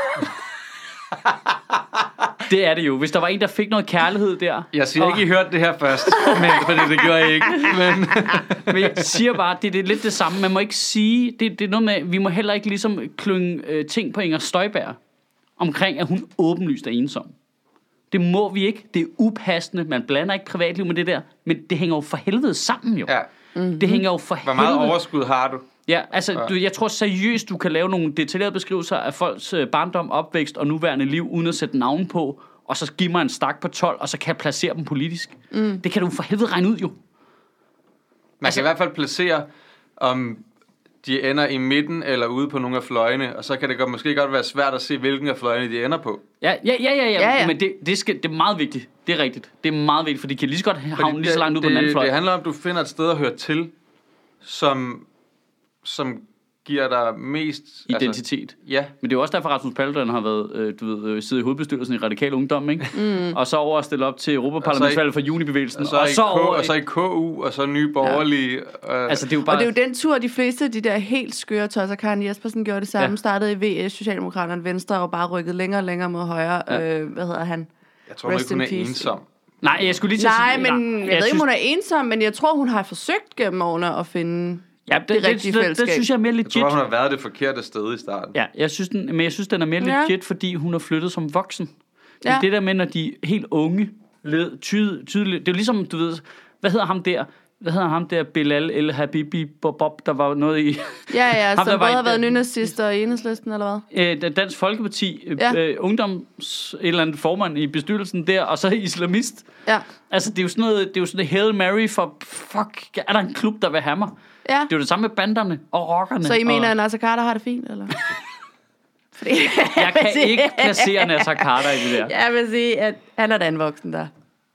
Det er det jo. Hvis der var en, der fik noget kærlighed der. Jeg siger ikke, I hørte det her først. Men, fordi det gjorde jeg ikke. Men, men jeg siger bare, det, det er lidt det samme. Man må ikke sige, det, det er noget med, vi må heller ikke ligesom klynge øh, ting på Inger Støjberg omkring, at hun åbenlyst er ensom. Det må vi ikke. Det er upassende. Man blander ikke privatliv med det der. Men det hænger jo for helvede sammen jo. Ja. Mm-hmm. Det hænger jo for helvede. Hvor meget overskud har du? Ja, altså, ja. Du, jeg tror seriøst, du kan lave nogle detaljerede beskrivelser af folks øh, barndom, opvækst og nuværende liv, uden at sætte navn på, og så give mig en stak på tolv, og så kan jeg placere dem politisk. Mm. Det kan du for helvede regne ud, jo. Man altså, kan i hvert fald placere, om de ender i midten eller ude på nogle af fløjene, og så kan det godt, måske godt være svært at se, hvilken af fløjene de ender på. Ja, ja, ja, ja, ja. ja, ja. Men det, det, skal, det er meget vigtigt. Det er rigtigt. Det er meget vigtigt, for de kan lige så godt havne lige så langt ud på den anden fløj. Det handler om, at du finder et sted at høre til, som... som giver dig mest identitet. Altså, ja. Men det er jo også derfor, Rasmus Paludan har været, øh, du ved, siddet i hovedbestyrelsen i Radikal Ungdom, ikke? Mm. Og så over at stille op til Europaparlamentsvalget for junibevægelsen. Og så, og så, og så, over, og så i K U, og så Nye Borgerlige. Ja. Øh. Altså, det er jo bare... Og det er jo den tur, de fleste af de der helt skøre tosser, Karen Jespersen gjorde det samme, ja. Startede i V S, Socialdemokraterne Venstre, og bare rykket længere og længere mod højre. Ja. Øh, hvad hedder han? Jeg tror ikke, hun er ensom. Nej, jeg skulle lige til Nej, at sige... men jeg, jeg ved ikke, synes... hun er ensom, men jeg tror, hun har forsøgt gennem årene at finde... Ja, det, det, det, det, det synes jeg er mere legit. Jeg tror, hun har været det forkerte sted i starten. Ja, jeg synes den, men jeg synes, den er mere ja. legit, fordi hun er flyttet som voksen. Ja. Det er det der med, når de er helt unge, led, tyd, tydeligt. Det er jo ligesom, du ved, hvad hedder ham der? Hvad hedder ham der? Bilal El Habibi Bob, der var noget i... Ja, ja, ham, som både har været nynazister og Enhedslisten, eller hvad? Øh, Dansk Folkeparti, ja. øh, ungdoms et eller andet formand i bestyrelsen der, og så islamist. Ja. Altså, det er jo sådan noget, det er jo sådan noget Hail Mary for, fuck, er der en klub, der vil have mig? Ja. Det er jo det samme med banderne og rockerne. Så I mener, og... at Naser Khader har det fint, eller? Fordi, jeg kan ikke placere Naser Khader i det der. Jeg vil sige, at han er da en voksen der.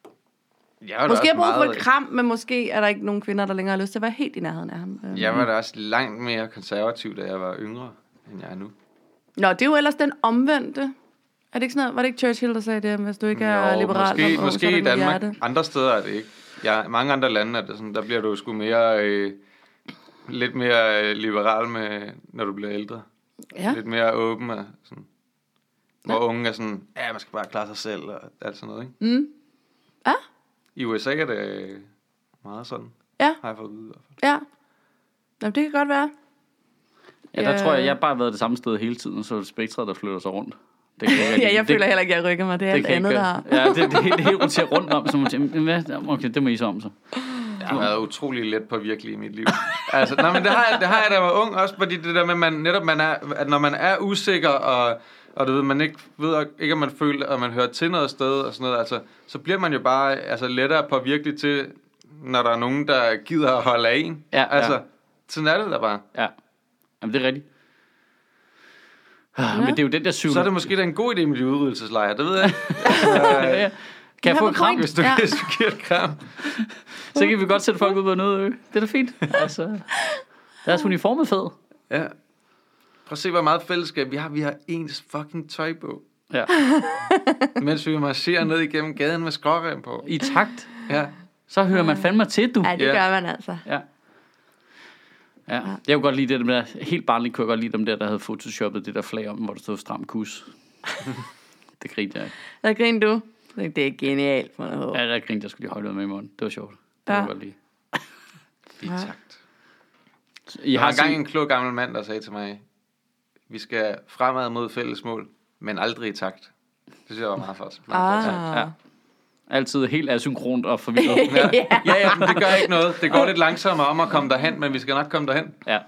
Måske har brug for et kram, men måske er der ikke nogen kvinder, der længere har lyst til at være helt i nærheden af ham. Jeg var da også langt mere konservativ, da jeg var yngre, end jeg er nu. Nå, det er jo ellers den omvendte. Er det ikke sådan noget? Var det ikke Churchill, der sagde det, hvis du ikke er jo, liberal? Måske, om, måske i Danmark. Hjerte. Andre steder er det ikke. Ja, mange andre lande er det sådan, der bliver du sgu mere, øh, lidt mere øh, liberal, med, når du bliver ældre. Ja. Lidt mere åben. Og sådan. Hvor ja. Unge er sådan, ja, man skal bare klare sig selv og alt sådan noget, ikke? Mm. Ja. I U S A er det meget sådan. Ja. Har jeg fået at vide i hvert fald. Ja. Jamen, det kan godt være. Ja, der ja. tror jeg, jeg har bare været det samme sted hele tiden, så er det spektret, der flytter sig rundt. Det kan jeg, ja, jeg det, føler heller ikke, at jeg rykker mig. Det er det alt andet, der har. Ja, det, det, det er helt roterer rundt om, så man tænker, okay, det må I så om så. Jeg har været utrolig let på virkelig i mit liv. Altså, nej, men det har jeg, det har jeg, da jeg var ung, også fordi det der med, man, netop man er, at når man er usikker, og, og du ved, man ikke ved, ikke om man føler, at man hører til noget sted, og sådan noget, altså, så bliver man jo bare altså, lettere på virkelig til, når der er nogen, der gider at holde af en. Ja, altså, ja. Sådan er det der bare. Ja, jamen det er rigtigt. Ja. Men det er jo den der syvende. Så er det måske da en god idé med de udryddelseslejre, det ved jeg. ja, ja. Kan jeg få et kram? Hvis du, ja. hvis du giver et kram. Så kan vi godt sætte folk ud på noget ø. Det er da fint. Altså, deres uniform er fed. Ja. Prøv at se, hvor meget fællesskab vi har. Vi har ens fucking tøj på. Ja. Mens vi marcherer ned igennem gaden med skrårem på. I takt. Ja. Så hører man fandme til, du. Ja, det gør man altså. Ja. Ja, jeg kunne godt lide det, dem der, helt barnligt kunne jeg godt lide dem der, der havde photoshoppet det der flag om, hvor der stod stram kus. Det grinte jeg. Der grinte du? Det er genialt. For noget. Ja, der grinte jeg skulle lige holde ud med i munden. Det var sjovt. Det ja. var godt lide. I takt. I har engang en klog gammel mand, der sagde til mig, vi skal fremad mod fælles mål, men aldrig i takt. Det synes jeg var meget flot. Ah. Ja. Altid helt asynkront og forvirret. ja. ja, ja, men det gør ikke noget. Det går lidt langsommere om at komme derhen, men vi skal nok komme derhen. Ja.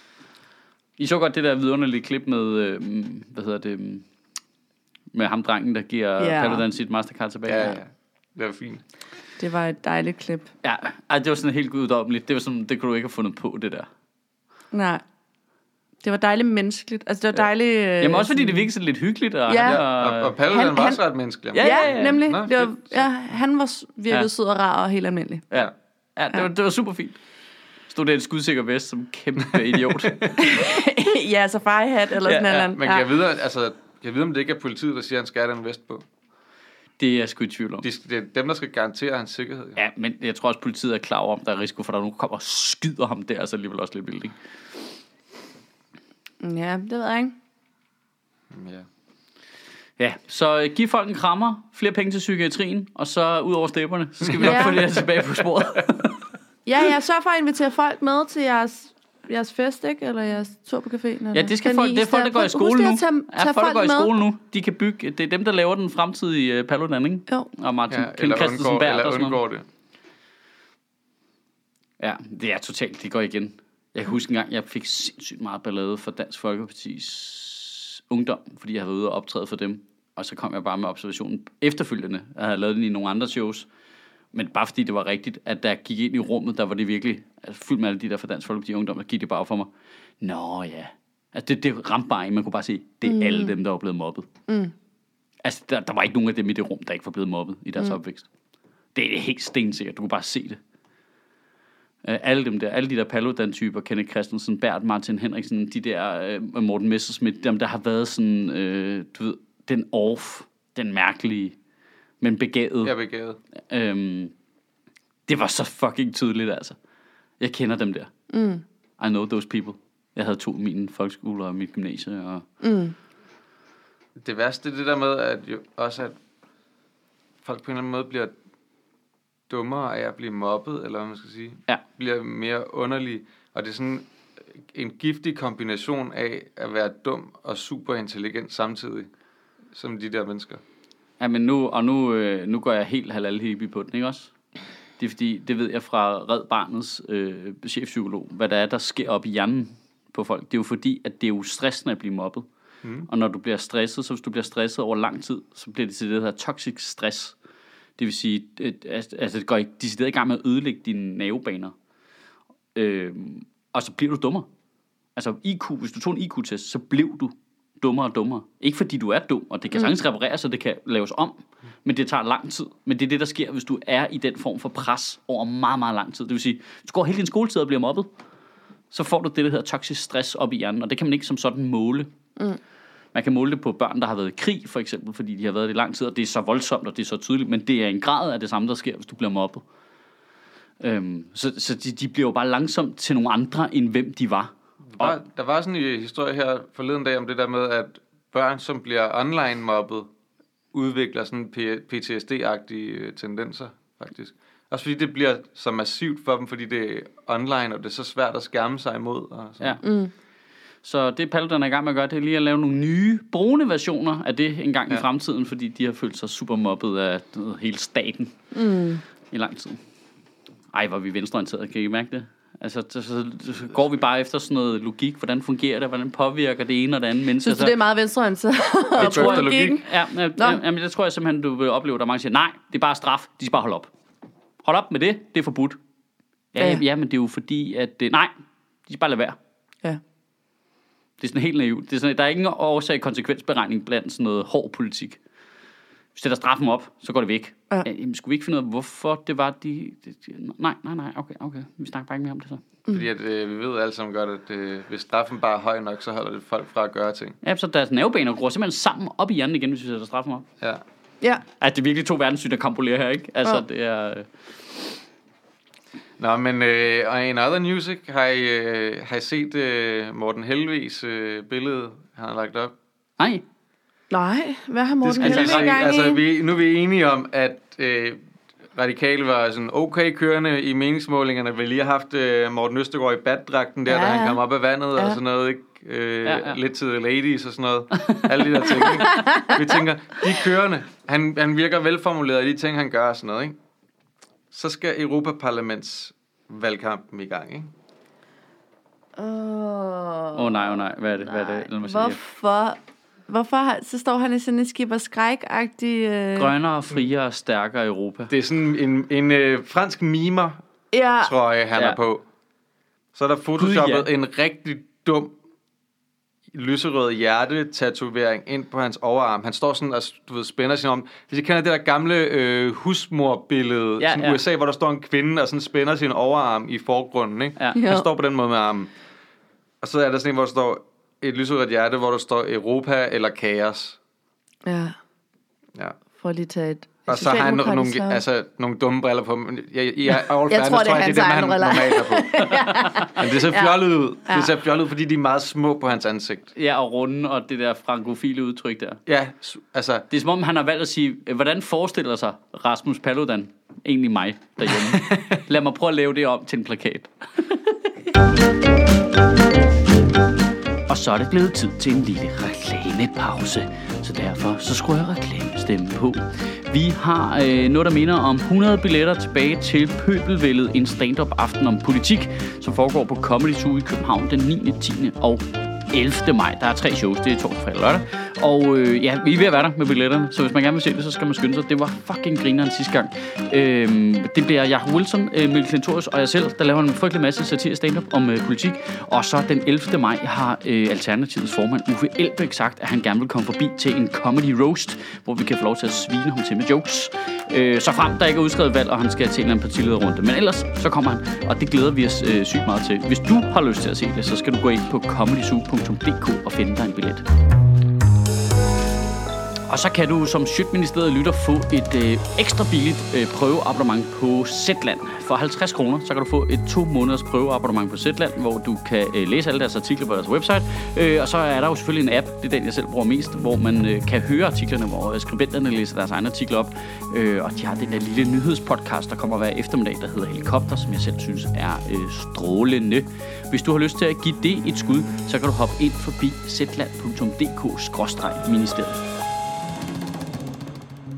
I så godt det der vidunderlige klip med, øh, hvad hedder det, med ham drengen, der giver yeah. Paludan sit Mastercard tilbage. Ja, ja. Det var fint. Det var et dejligt klip. Ja, det var sådan helt guddommeligt. Det var sådan, det kunne du ikke have fundet på, det der. Nej. Det var dejligt menneskeligt. Altså, det var dejligt... Øh, Jamen også fordi det virkede sådan lidt hyggeligt. Og, ja. og, og, og Paludan han, var også ret menneskelig. Ja, ja, ja. nemlig. Nå, det var, ja, han var virkelig ja. sød og rar og helt almindelig. Ja, ja, det, ja. Var, det var super fint. Stod der en skudsikker vest som kæmpe idiot. ja, safari-hat eller ja, sådan ja. noget. Men kan jeg vide, altså, kan jeg vide, om det ikke er politiet, der siger, at han skal have den vest på? Det er jeg sgu i tvivl om. De, det er dem, der skal garantere hans sikkerhed. Ja, men jeg tror også, politiet er klar over, om der er risiko for, at der er nogen, der kommer og skyder ham der, så alligevel også lidt vildt, ikke? Ja, det ved jeg ikke. Ja. Ja, så giv folk en krammer, flere penge til psykiatrien, og så ud over stepperne, så skal vi nok ja. få det her tilbage på sporet. ja, jeg sørger for at invitere folk med til jeres, jeres fest, ikke? Eller jeres tur på caféen. Ja, det skal folk, det er folk, der går i skole nu. Tage, tage ja, folk, der går i skole med. nu. De kan bygge, det er dem, der laver den fremtidige uh, Paludan, ikke? Jo. Og Martin ja, Kjeld Christensen Berg og sådan noget. Det. Ja, det er totalt, det går igen. Jeg kan huske en gang, jeg fik sindssygt meget ballade for Dansk Folkepartis ungdom, fordi jeg havde været ude og optræde for dem. Og så kom jeg bare med observationen efterfølgende. Jeg havde lavet den i nogle andre shows. Men bare fordi det var rigtigt, at da jeg gik ind i rummet, der var det virkelig altså fyldt med alle de der for Dansk Folkeparti ungdom, der gik det bare for mig. Nå ja. Altså det, det ramte bare en. Man kunne bare se, det er mm. alle dem, der var blevet mobbet. Mm. Altså der, der var ikke nogen af dem i det rum, der ikke var blevet mobbet i deres mm. opvækst. Det er helt stensikkert. Du kunne bare se det. Uh, alle dem der, alle de der Paludan-typer, Kenneth Christensen, Bert, Martin Henriksen, de der uh, Morten Messerschmidt, dem der har været sådan, uh, du ved, den off, den mærkelige, men begavet. Ja, begavet. Um, det var så fucking tydeligt, altså. Jeg kender dem der. Mm. I know those people. Jeg havde to i min folkeskole og mit gymnasie. Og mm. Det værste er det der med, at jo også at folk på en eller anden måde bliver dummere af at blive mobbet, eller hvad man skal sige. Ja. Bliver mere underlige. Og det er sådan en giftig kombination af at være dum og super intelligent samtidig, som de der mennesker. Ja, men nu, og nu, øh, nu går jeg helt halal hippie på den, ikke også? Det er fordi, det ved jeg fra Red Barnets øh, chefpsykolog, hvad der er, der sker op i hjernen på folk. Det er jo fordi, at det er jo stressende at blive mobbet. Mm. Og når du bliver stresset, så hvis du bliver stresset over lang tid, så bliver det til det, der hedder toxic stress. Det vil sige, at altså, det går decideret i gang med at ødelægge dine nervebaner. Øh, og så bliver du dummere. Altså I Q, hvis du tog en I Q-test, så blev du dummere og dummere. Ikke fordi du er dum, og det kan sagtens repareres, så det kan laves om, men det tager lang tid. Men det er det, der sker, hvis du er i den form for pres over meget, meget lang tid. Det vil sige, hvis du går hele din skoletid og bliver mobbet, så får du det, der hedder toxisk stress op i hjernen, og det kan man ikke som sådan måle. Mm. Man kan måle det på børn, der har været i krig, for eksempel, fordi de har været det i lang tid, og det er så voldsomt, og det er så tydeligt, men det er en grad af det samme, der sker, hvis du bliver mobbet. Øhm, så så de, de bliver jo bare langsomt til nogle andre, end hvem de var. Der var, der var sådan en historie her forleden dag om det der med, at børn, som bliver online mobbet, udvikler sådan P T S D-agtige tendenser, faktisk. Også fordi det bliver så massivt for dem, fordi det er online, og det er så svært at skærme sig imod. Og sådan. Ja. Mm. Så det Paludan er i gang med at gøre, det er lige at lave nogle nye, brune versioner af det en gang ja. i fremtiden, fordi de har følt sig super mobbet af hele staten mm. i lang tid. Ej, hvor er vi venstreorienterede, kan I mærke det? Altså, så, så, så går vi bare efter sådan noget logik. Hvordan fungerer det? Hvordan påvirker det ene og det andet menneske? Synes du, det er meget venstreorienteret? Jeg tror, logik. Ja, ja, ja, jamen, det tror jeg simpelthen, du vil opleve, der mange siger, nej, det er bare straf. De skal bare holde op. Hold op med det. Det er forbudt. Ja, ja. ja men det er jo fordi, at... Nej, de skal bare lade være. Ja. Det er sådan helt naivt. Det er sådan, der er ingen årsag-konsekvensberegning blandt sådan noget hård politik. Hvis sætter straffen op, så går det væk. Ja. Jamen, skulle vi ikke finde ud af, hvorfor det var de... de, de nej, nej, nej, okay, okay. Vi snakker bare ikke mere om det så. Mm. Fordi at, øh, vi ved alle sammen godt, at øh, hvis straffen bare er høj nok, så holder det folk fra at gøre ting. Ja, så deres nervebaner går simpelthen sammen op i hjernen igen, hvis vi sætter straffen op. Ja. Ja. Altså, det er virkelig to verdenssyn, der kampolerer her, ikke? Altså, ja. det er... Øh... Nå, men øh, og en other news, ikke? Har I, øh, har I set øh, Morten Helvegs øh, billede, han har lagt op? Nej. Nej, hvad har Morten Helveg gang i? Altså, vi, nu er vi enige om, at øh, Radikale var sådan okay kørende i meningsmålingerne. Vi lige har haft øh, Morten Østergaard i baddragten der, ja, da han kom op af vandet ja. og sådan noget, ikke? Øh, ja, ja. Lidt til ladies og sådan noget. Alle de der ting, ikke? Vi tænker, de er kørende. Han, han virker velformuleret i de ting, han gør og sådan noget, ikke? Så skal Europaparlamentsvalgkampen i gang, ikke? Åh oh. oh, nej, åh oh, nej. Hvad er det? Hvad er det? Lad mig sige. Hvorfor? Hvorfor har, så står han i sådan en skib og skræk-agtig... Øh... Grønnere, friere, stærkere Europa. Det er sådan en, en øh, fransk mimer, ja. tror jeg, han ja. er på. Så er der photoshoppet ja. en rigtig dum lyserød hjerte-tatovering ind på hans overarm. Han står sådan og du ved, spænder sin om. Hvis I kender det der gamle øh, husmor-billede, ja, sådan ja. U S A, hvor der står en kvinde og sådan spænder sin overarm i forgrunden, ikke? Ja. Han står på den måde med armen. Og så er der sådan en, hvor der står et lyserødt hjerte, hvor der står Europa eller kaos. Ja. Ja. For lige tage et... Og så har han nogle, altså, nogle dumme briller på. Jeg, jeg, jeg, jeg, jeg tror, det er hans egen briller. Det er det, han normalt er på. Men det ser fjollet ja. ud. Det ser fjollet ud, fordi de er meget små på hans ansigt. Ja, og runde, og det der frankofile udtryk der. Ja, altså... Det er som om, han har valgt at sige, hvordan forestiller sig Rasmus Paludan egentlig mig derhjemme? Lad mig prøve at lave det om til en plakat. Og så er det blevet tid til en lille reklamepause. Så derfor så skruer jeg reklamestemmen på. Vi har øh, noget, der minder om hundrede billetter tilbage til Pøbelvældet, en stand-up aften om politik, som foregår på Comedy Zoo i København den niende, tiende og ellevte maj. Der er tre shows, det er torsdag, fredag og lørdag. Og øh, ja, vi er ved at være der med billetterne, så hvis man gerne vil se det, så skal man skynde sig. Det var fucking grineren sidste gang. Øh, det bliver Jacob Wilson, øh, Mikkel Klintorius og jeg selv, der laver en frygtelig masse satire stand-up om øh, politik. Og så den ellevte maj har øh, Alternativets formand Uffe Elbæk sagt, at han gerne vil komme forbi til en comedy roast, hvor vi kan få lov til at svine ham til med jokes. Øh, så frem der ikke er udskrevet valg, og han skal til en eller anden partilederrunde. Men ellers, så kommer han, og det glæder vi os øh, sygt meget til. Hvis du har lyst til at se det, så skal du gå ind på comedy zoo punktum d k og finde dig en billet. Og så kan du som Sjøtministeriet lytter få et øh, ekstra billigt øh, prøveabonnement på Zetland. For halvtreds kroner, så kan du få et to måneders prøveabonnement på Zetland, hvor du kan øh, læse alle deres artikler på deres website. Øh, og så er der jo selvfølgelig en app, det er den jeg selv bruger mest, hvor man øh, kan høre artiklerne, hvor øh, skribenterne læser deres egne artikler op. Øh, og de har den der lille nyhedspodcast, der kommer hver eftermiddag, der hedder Helikopter, som jeg selv synes er øh, strålende. Hvis du har lyst til at give det et skud, så kan du hoppe ind forbi zetland punktum d k skråstreg ministeriet.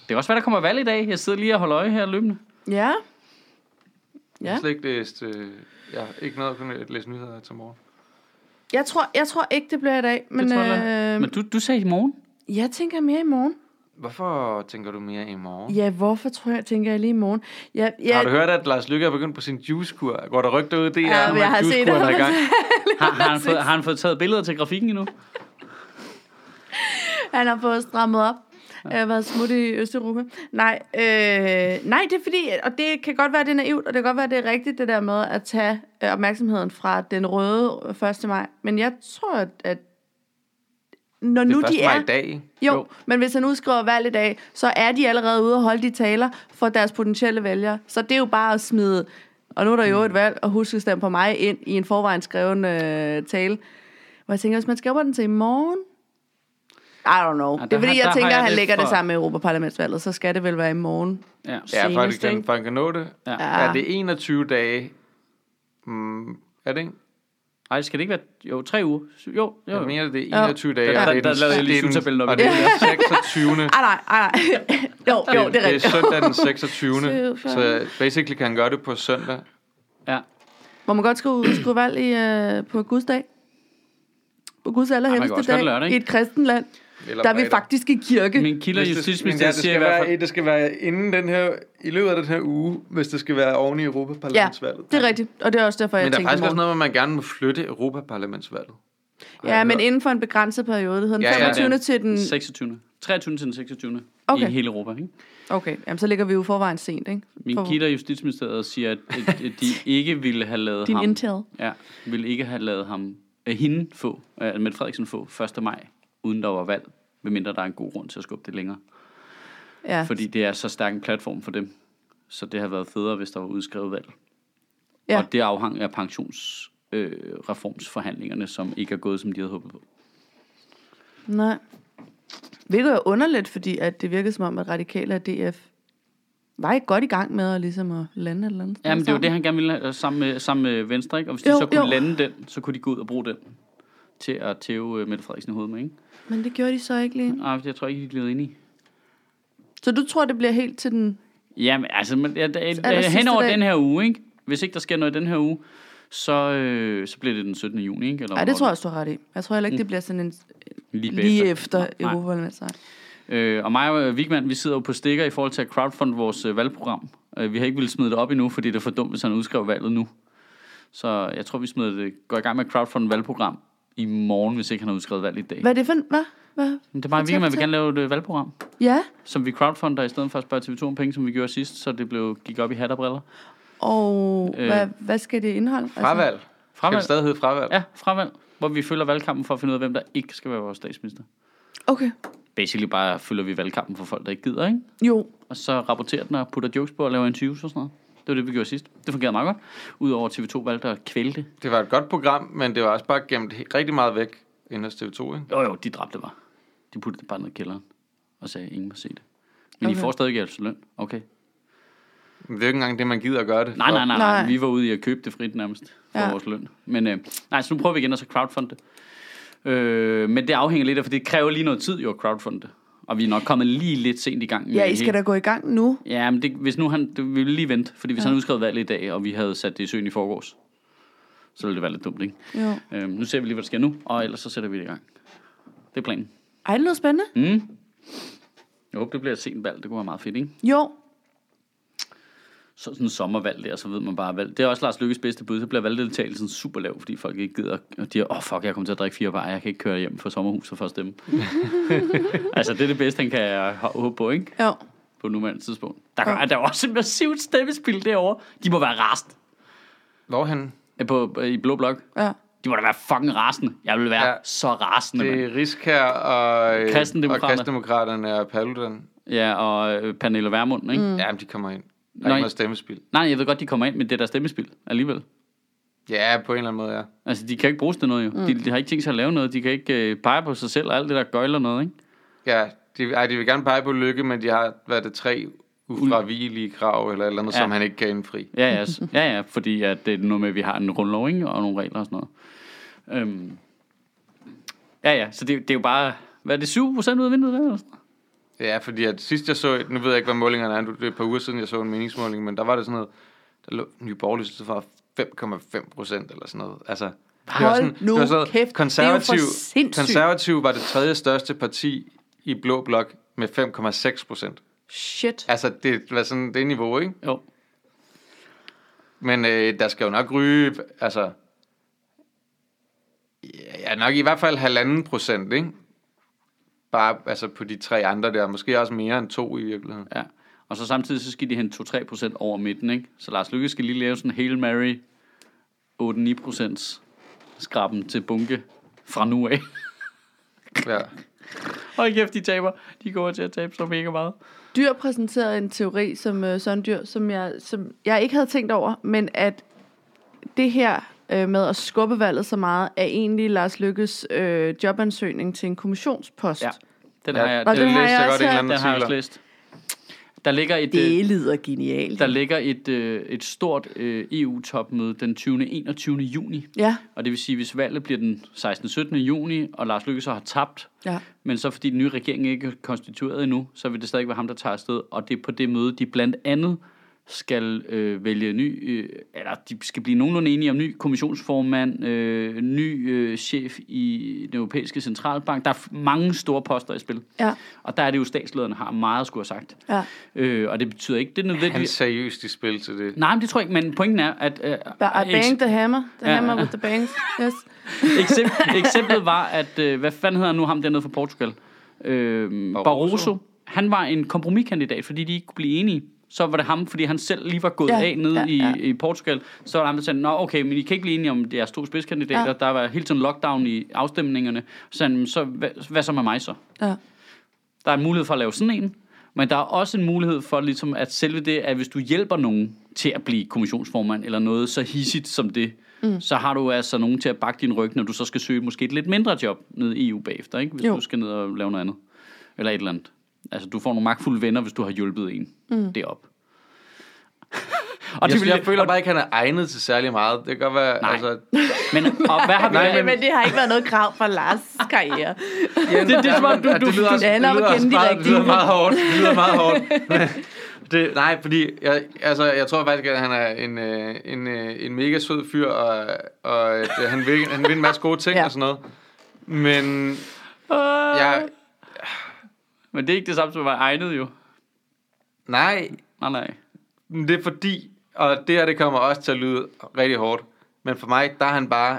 Det kan også være, der kommer valg i dag. Jeg sidder lige og holder øje her løbende. Ja. Ja. Ja. Jeg har slet ikke læst... Øh, jeg har ikke noget at kunne læse nyheder til morgen. Jeg tror, jeg tror ikke, det bliver i dag. Men, det tror jeg, øh, men du, du sagde i morgen. Jeg tænker mere i morgen. Hvorfor tænker du mere i morgen? Ja, hvorfor tror jeg, tænker jeg lige i morgen? Jeg, jeg... Har du hørt, at Lars Lykke er begyndt på sin juicekur? Går der rygter ud, det er, ja, at jeg har set det. Er i gang? har, har, han fået, har han fået taget billeder til grafikken endnu? Han har fået strammet op. Jeg har været smut i Østeuropa. Nej, øh, nej, det er fordi, og det kan godt være, det er naivt, og det kan godt være, det er rigtigt, det der med at tage øh, opmærksomheden fra den røde første maj. Men jeg tror, at, at når nu de er... i dag, ikke? Jo, jo, men hvis han nu skriver valg i dag, så er de allerede ude og holde de taler for deres potentielle vælgere. Så det er jo bare at smide, og nu er der jo et valg, og husk at stemme på mig ind i en forvejen skreven øh, tale. Hvor jeg tænker, hvis man skriver den til i morgen... I don't know. Ja, det er fordi, jeg tænker, at han lægger for... det sammen med Europaparlamentsvalget, så skal det vel være i morgen. Ja, ja for, at kan, for at kan nå det. Ja. Er det enogtyve dage? Mm, er det ikke? Nej, skal det ikke være... Jo, tre uger. Jo, jo. Jeg mener, det er enogtyve ja. dage. Ja, der, der, der lavede jeg lige syvtabellen op. Og det er den seksogtyvende. Ej, nej, ej, nej. Jo, jo, det er rigtigt. Det er søndag den seksogtyvende. Så basically kan han gøre det på søndag. Ja. Må man godt skrive, skrive valg i, uh, på Guds dag? På Guds allerhelligste dag lørdag, i et kristen land. Eller der er vi faktisk i kirke. Min kilder justitsminister det, siger i hvert fald... Det skal være inden den her, i løbet af den her uge, hvis det skal være oven i Europaparlamentsvalget. Ja, det er rigtigt. Og det er også derfor, jeg tænker... Men der er faktisk også noget, man gerne må flytte Europaparlamentsvalget. Ja, men inden for en begrænset periode. Det hedder den ja, femogtyvende ja, til den... seksogtyvende. treogtyvende til den seksogtyvende. Okay. I hele Europa, ikke? Okay, jamen så ligger vi jo forvejen sent, ikke? Min For... kilder justitsministeriet siger, at, at de ikke ville have lavet Din ham... Din intel. Ja, ville ikke have lavet ham... Äh, hende få, uh, Mette Frederiksen få, første maj, uden der var valg. Medmindre der er en god grund til at skubbe det længere. Ja. Fordi det er så stærk en platform for dem. Så det har været federe, hvis der var udskrevet valg. Ja. Og det afhang af pensionsreformsforhandlingerne, øh, som ikke er gået, som de havde håbet på. Nej. Hvilket er underligt, fordi at det virkede som om, at Radikale og D F var ikke godt i gang med at, ligesom at lande et eller andet. Ja, men det var det, han gerne ville have sammen med, sammen med Venstre, ikke? Og hvis de jo, så kunne jo. lande den, så kunne de gå ud og bruge den til at tæve uh, Mette Frederiksen i hovedet med, ikke? Men det gjorde de så ikke lige. Nej, jeg tror ikke, de gled ind i. Så du tror, det bliver helt til den... Jamen, altså, men, ja, hen over den her uge, ikke? Hvis ikke der sker noget i den her uge, så, øh, så bliver det den syttende juni, ikke? Nej, det tror jeg også, du har ret i. Jeg tror heller ikke, mm. det bliver sådan en... Lige, lige efter Europaparlamentsvalget. Øh, og mig og Wigman, vi sidder jo på stikker i forhold til at crowdfund vores øh, valgprogram. Øh, vi har ikke ville smide det op endnu, fordi det er for dumt, hvis han udskriver valget nu. Så jeg tror, vi smider det, går i gang med at crowdfund valgprogram i morgen, hvis ikke han har udskrevet valg i dag. Hvad er det for... Hvad? Hvad? Det er bare, Wigman vil gerne lave et øh, valgprogram. Ja. Som vi crowdfunder i stedet for at spørge T V to om penge, som vi gjorde sidst, så det blev, gik op i hat og briller. Og øh, hvad, hvad skal det indeholde? Fravalg. Altså? Fravalg. Skal det stadig hedde fravalg? Ja, fravalg. Hvor vi følger valgkampen for at finde ud af, hvem der ikke skal være vores statsminister. Okay. Basically bare følger vi valgkampen for folk, der ikke gider, ikke? Jo. Og så rapporterer den og putter jokes på og laver interviews og sådan noget. Det var det, vi gjorde sidst. Det fungerede meget godt. Udover T V to valgte at kvæle det. Det var et godt program, men det var også bare gemt rigtig meget væk inden hos T V to, ikke? Jo, jo, de dræbte bare. De puttede det bare ned i kælderen og sagde, ingen må se det. Men okay. I får stadig altså løn. Okay. Men det er jo ikke engang det, man gider at gøre det. Nej, nej, nej, nej. Vi var ude i at købe det frit nærmest for ja. vores løn. Men øh, nej, så nu prøver vi igen at så crowdfund det. Øh, men det afhænger lidt af, for det kræver lige noget tid jo at crowdfunde det. Og vi er nok kommet lige lidt sent i gang. Ja, I skal da gå i gang nu. Ja, men det, hvis nu han, det, vi vil lige vente, fordi hvis ja. han udskrevet valg i dag, og vi havde sat det i søen i forgårs, så ville det være lidt dumt, ikke? Jo. Øh, nu ser vi lige, hvad der sker nu, og ellers så sætter vi det i gang. Det er planen. Ej, det er noget spændende. Mm. Jeg håber, det bliver et sent valg. Det kunne være meget fedt, ikke? Jo. Så sådan en sommervalg der, så ved man bare valg. Det er også Lars Lykkes bedste bud. Så bliver valgdeltagelsen super lav, fordi folk ikke gider. Og de er, åh oh, fuck, jeg kommer til at drikke fire bajer. Jeg kan ikke køre hjem fra sommerhuset for at stemme. Altså, det er det bedste, han kan håbe på, ikke? Jo. På nuværende tidspunkt. Der er der også et massivt stemmespil derovre. De må være rast. Hvorhen? På, i Blå Blok. Ja. De må da være fucking rasende. Jeg vil være ja. så rasende, det er Riskær og Kristendemokraterne og Paludan. Ja, og Pernille Vermund, ikke? Mm. Ja, men de kommer ind. Der er ikke noget stemmespil. Nej, jeg ved godt, de kommer ind, men det er der stemmespil alligevel. Ja, på en eller anden måde, ja. Altså, de kan ikke bruges til noget, jo. Mm. De, de har ikke tænkt sig at lave noget. De kan ikke uh, pege på sig selv og alt det der gøjler noget, ikke? Ja, de, ej, de vil gerne pege på Lykke, men de har, hvad er det, tre ufravigelige krav, eller eller andet, ja. som han ikke kan indfri. Ja, ja, ja, ja, fordi at det er noget med, at vi har en grundlov, ikke? Og nogle regler og sådan noget. Øhm. Ja, ja, så det, det er jo bare, hvad er det, syv procent ud af vinduet der? Eller sådan? Ja, fordi at sidst jeg så, nu ved jeg ikke, hvad målingerne er, det er et par uger siden, jeg så en meningsmåling, men der var det sådan noget, der lå Nye Borgerlige, så var fem komma fem procent eller sådan noget. Altså, hold det sådan, nu det sådan, kæft, konservativ, det er jo for sindssygt. Konservativ var det tredje største parti i Blå Blok med fem komma seks procent. Shit. Altså, det var sådan det niveau, ikke? Jo. Men øh, der skal jo nok ryge, altså, ja, nok i hvert fald halvanden procent, ikke? Bare altså på de tre andre der, måske også mere end to i virkeligheden. Ja, og så samtidig så skal de hente to til tre procent over midten, ikke? Så Lars Løkke skal lige lave sådan en Hail Mary otte til ni procent skraben til bunke fra nu af. Ja. Hold kæft, de taber. De går til at tabe så mega meget. Dyr præsenterede en teori som uh, Søren Dyr, som jeg, som jeg ikke havde tænkt over, men at det her uh, med at skubbe valget så meget, er egentlig Lars Løkkes uh, jobansøgning til en kommissionspost. Ja, den ja, har jeg, og den, den har jeg jeg også godt den har jeg også læst. Der ligger et, det lyder genialt. Der ligger et, et stort E U-topmøde den tyvende og enogtyvende juni. Ja. Og det vil sige, hvis valget bliver den sekstende og syttende juni, og Lars Løkke så har tabt, ja. men så fordi den nye regering ikke er konstitueret endnu, så vil det stadig være ham, der tager afsted. Og det er på det møde, de blandt andet skal øh, vælge ny, øh, eller de skal blive nogenlunde enige om ny kommissionsformand, øh, ny øh, chef i den europæiske centralbank. Der er mange store poster i spil. Ja. Og der er det jo, statslederne har meget skulle have sagt. Ja. Øh, og det betyder ikke, det er nødvendigt. Han seriøst i spil til det. Nej, men det tror jeg ikke, men pointen er, at... Øh, I bang the hammer. The ja, hammer ja. with the bangs. Yes. Eksempel, eksemplet var, at... Øh, hvad fanden hedder nu ham dernede fra Portugal? Øh, Barroso. Barroso. Han var en kompromiskandidat, fordi de ikke kunne blive enige. Så var det ham, fordi han selv lige var gået ja, af nede ja, ja. I, i Portugal. Så var det ham, der sagde, nå okay, men I kan ikke blive enige om, det er to spidskandidater. Ja. Der var hele tiden lockdown i afstemningerne. Så sagde, så hvad, hvad så med mig så? Ja. Der er en mulighed for at lave sådan en, men der er også en mulighed for, ligesom, at selve det, at hvis du hjælper nogen til at blive kommissionsformand, eller noget så hissigt som det, mm. så har du altså nogen til at bakke din ryg, når du så skal søge måske et lidt mindre job nede i E U bagefter, ikke? Hvis jo. Du skal ned og lave noget andet. Eller et eller andet. Altså, du får nogle magtfulde venner, hvis du har hjulpet en mm. derop. Og jeg, det, jeg føler bare ikke, at han er egnet til særlig meget. Det kan godt være... Nej. Altså... Men, og hvad har vi... Nej, men... men det har ikke været noget krav for Lars' karriere. Ja, det, det er som om, du... du, det lyder også, det lyder også meget, det lyder meget hårdt. Det lyder meget hårdt. Det, nej, fordi jeg, altså, jeg tror faktisk, at han er en, en, en mega sød fyr, og, og at han, vil, han vil en masse gode ting ja. Og sådan noget. Men... Uh... Jeg... Men det er ikke det samme som at være egnet, jo. Nej. Nej, nej. Det er fordi, og det her det kommer også til at lyde rigtig hårdt, men for mig, der er han bare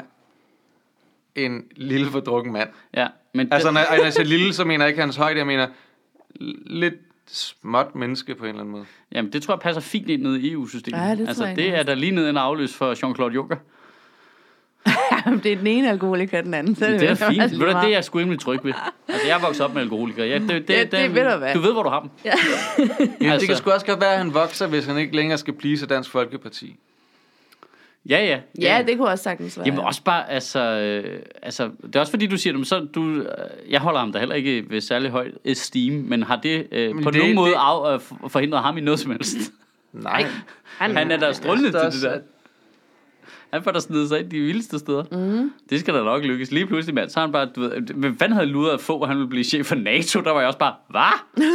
en lille fordrukken mand. Ja, men altså, når jeg, når jeg siger lille, så mener jeg ikke hans højde, jeg mener lidt småt menneske på en eller anden måde. Jamen, det tror jeg passer fint ind ned i E U-systemet. Ja, det altså, jeg det er der lige ned en afløs for Jean-Claude Juncker. Det er den ene alkoholiker, den anden. Så det, det er fint. Ved du, det er jeg sgu rimelig tryg ved. Altså, jeg er vokset op med alkoholikere. Ja, det, det, ja, det den, ved du hvad. Du ved, hvor du har dem. Ja. Jamen, altså. Det kan sgu også godt være, at han vokser, hvis han ikke længere skal please Dansk Folkeparti. Ja, ja. Ja, det kunne også sagtens være. Jamen også bare, altså, øh, altså, det er også fordi, du siger dem, så du, øh, jeg holder ham da heller ikke ved særlig højt esteem, men har det øh, men på det, nogen måde det... af, øh, forhindret ham i noget som helst? Nej. Han, han er da strålende til det der. Han får der snedet sig ind de vildeste steder. Mm. Det skal da nok lykkes. Lige pludselig, mand, så har han bare, du ved, hvem fanden havde luret at få, at han ville blive chef for NATO? Der var jeg også bare, hvad?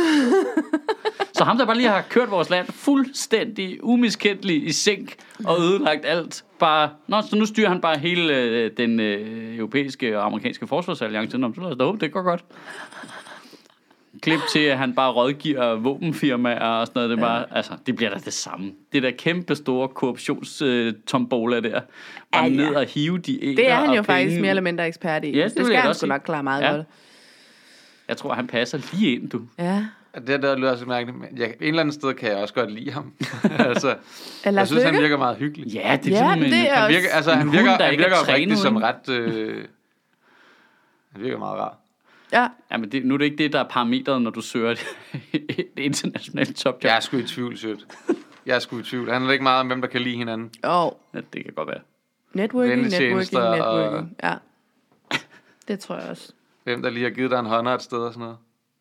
Så ham, der bare lige har kørt vores land fuldstændig umiskendeligt i sænk og ødelagt alt. Bare, nå, så nu styrer han bare hele øh, den øh, europæiske og amerikanske forsvarsalliance. Nå, så lad os da håbe, det går godt. Klip til, at han bare rådgiver våbenfirmaer og sådan noget. Det, bare, ja. Altså, det bliver da det samme. Det der kæmpe store korruptionstombola øh, der. Bare ja, ja. Ned og hive de æger. Det er han jo penge. faktisk mere eller mindre ekspert i. Ja, det, det skal han sgu nok klare meget ja. Godt. Jeg tror, han passer lige ind, du. Ja. Det der lyder også mærkeligt. Ja, en eller anden sted kan jeg også godt lide ham. altså, jeg synes, han virker meget hyggelig. Ja, det er ja, sådan det er han virker, altså, han virker, hund, han virker rigtig som ret... Øh, han virker meget rar. Ja. Ja, men det, nu er det ikke det, der er parametret, når du søger et, et internationalt topjob. Jeg er sgu i tvivl, sødt. Jeg er sgu i tvivl. Det handler ikke meget om, hvem der kan lide hinanden. Åh. Oh. Ja, det kan godt være. Networking, networking, networking. Og... Ja. Det tror jeg også. Hvem der lige har givet dig en hånder et sted og sådan noget.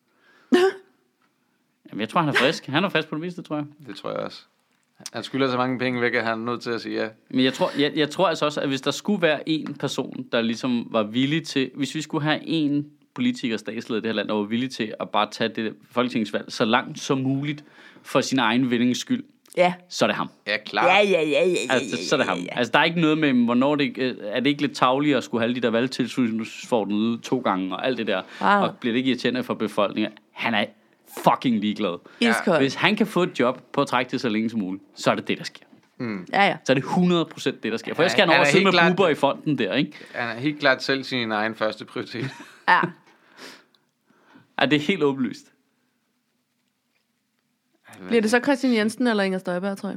Jamen, jeg tror, han er frisk. Han er frisk på det meste, tror jeg. Det tror jeg også. Han skylder så mange penge væk, at han er nødt til at sige ja. Men jeg tror, jeg, jeg tror altså også, at hvis der skulle være en person, der ligesom var villig til... Hvis vi skulle have en politiker og statsleder i det her land, der var villige til at bare tage det folketingsvalg så langt som muligt for sin egen vindings skyld, ja. så er det ham. Ja, klart. Ja, ja, ja, ja, altså, så er det ham. Altså, der er ikke noget med, hvornår det er det ikke lidt tarveligt at skulle have de der valgtilsynsforordnede ude to gange og alt det der, wow. og bliver det ikke irriterende for befolkningen. Han er fucking ligeglad. Ja. Hvis han kan få et job på at trække det så længe som muligt, så er det det, der sker. Mm. Ja, ja. Så er det hundrede procent det, der sker. For jeg skal han over sidde med klart, Uber i fonden der, ikke? Han er helt klart selv sin egen første prioritet. Ja. Ja, det er helt åbenlyst. Bliver det så Christian Jensen eller Inger Støjberg, tror jeg?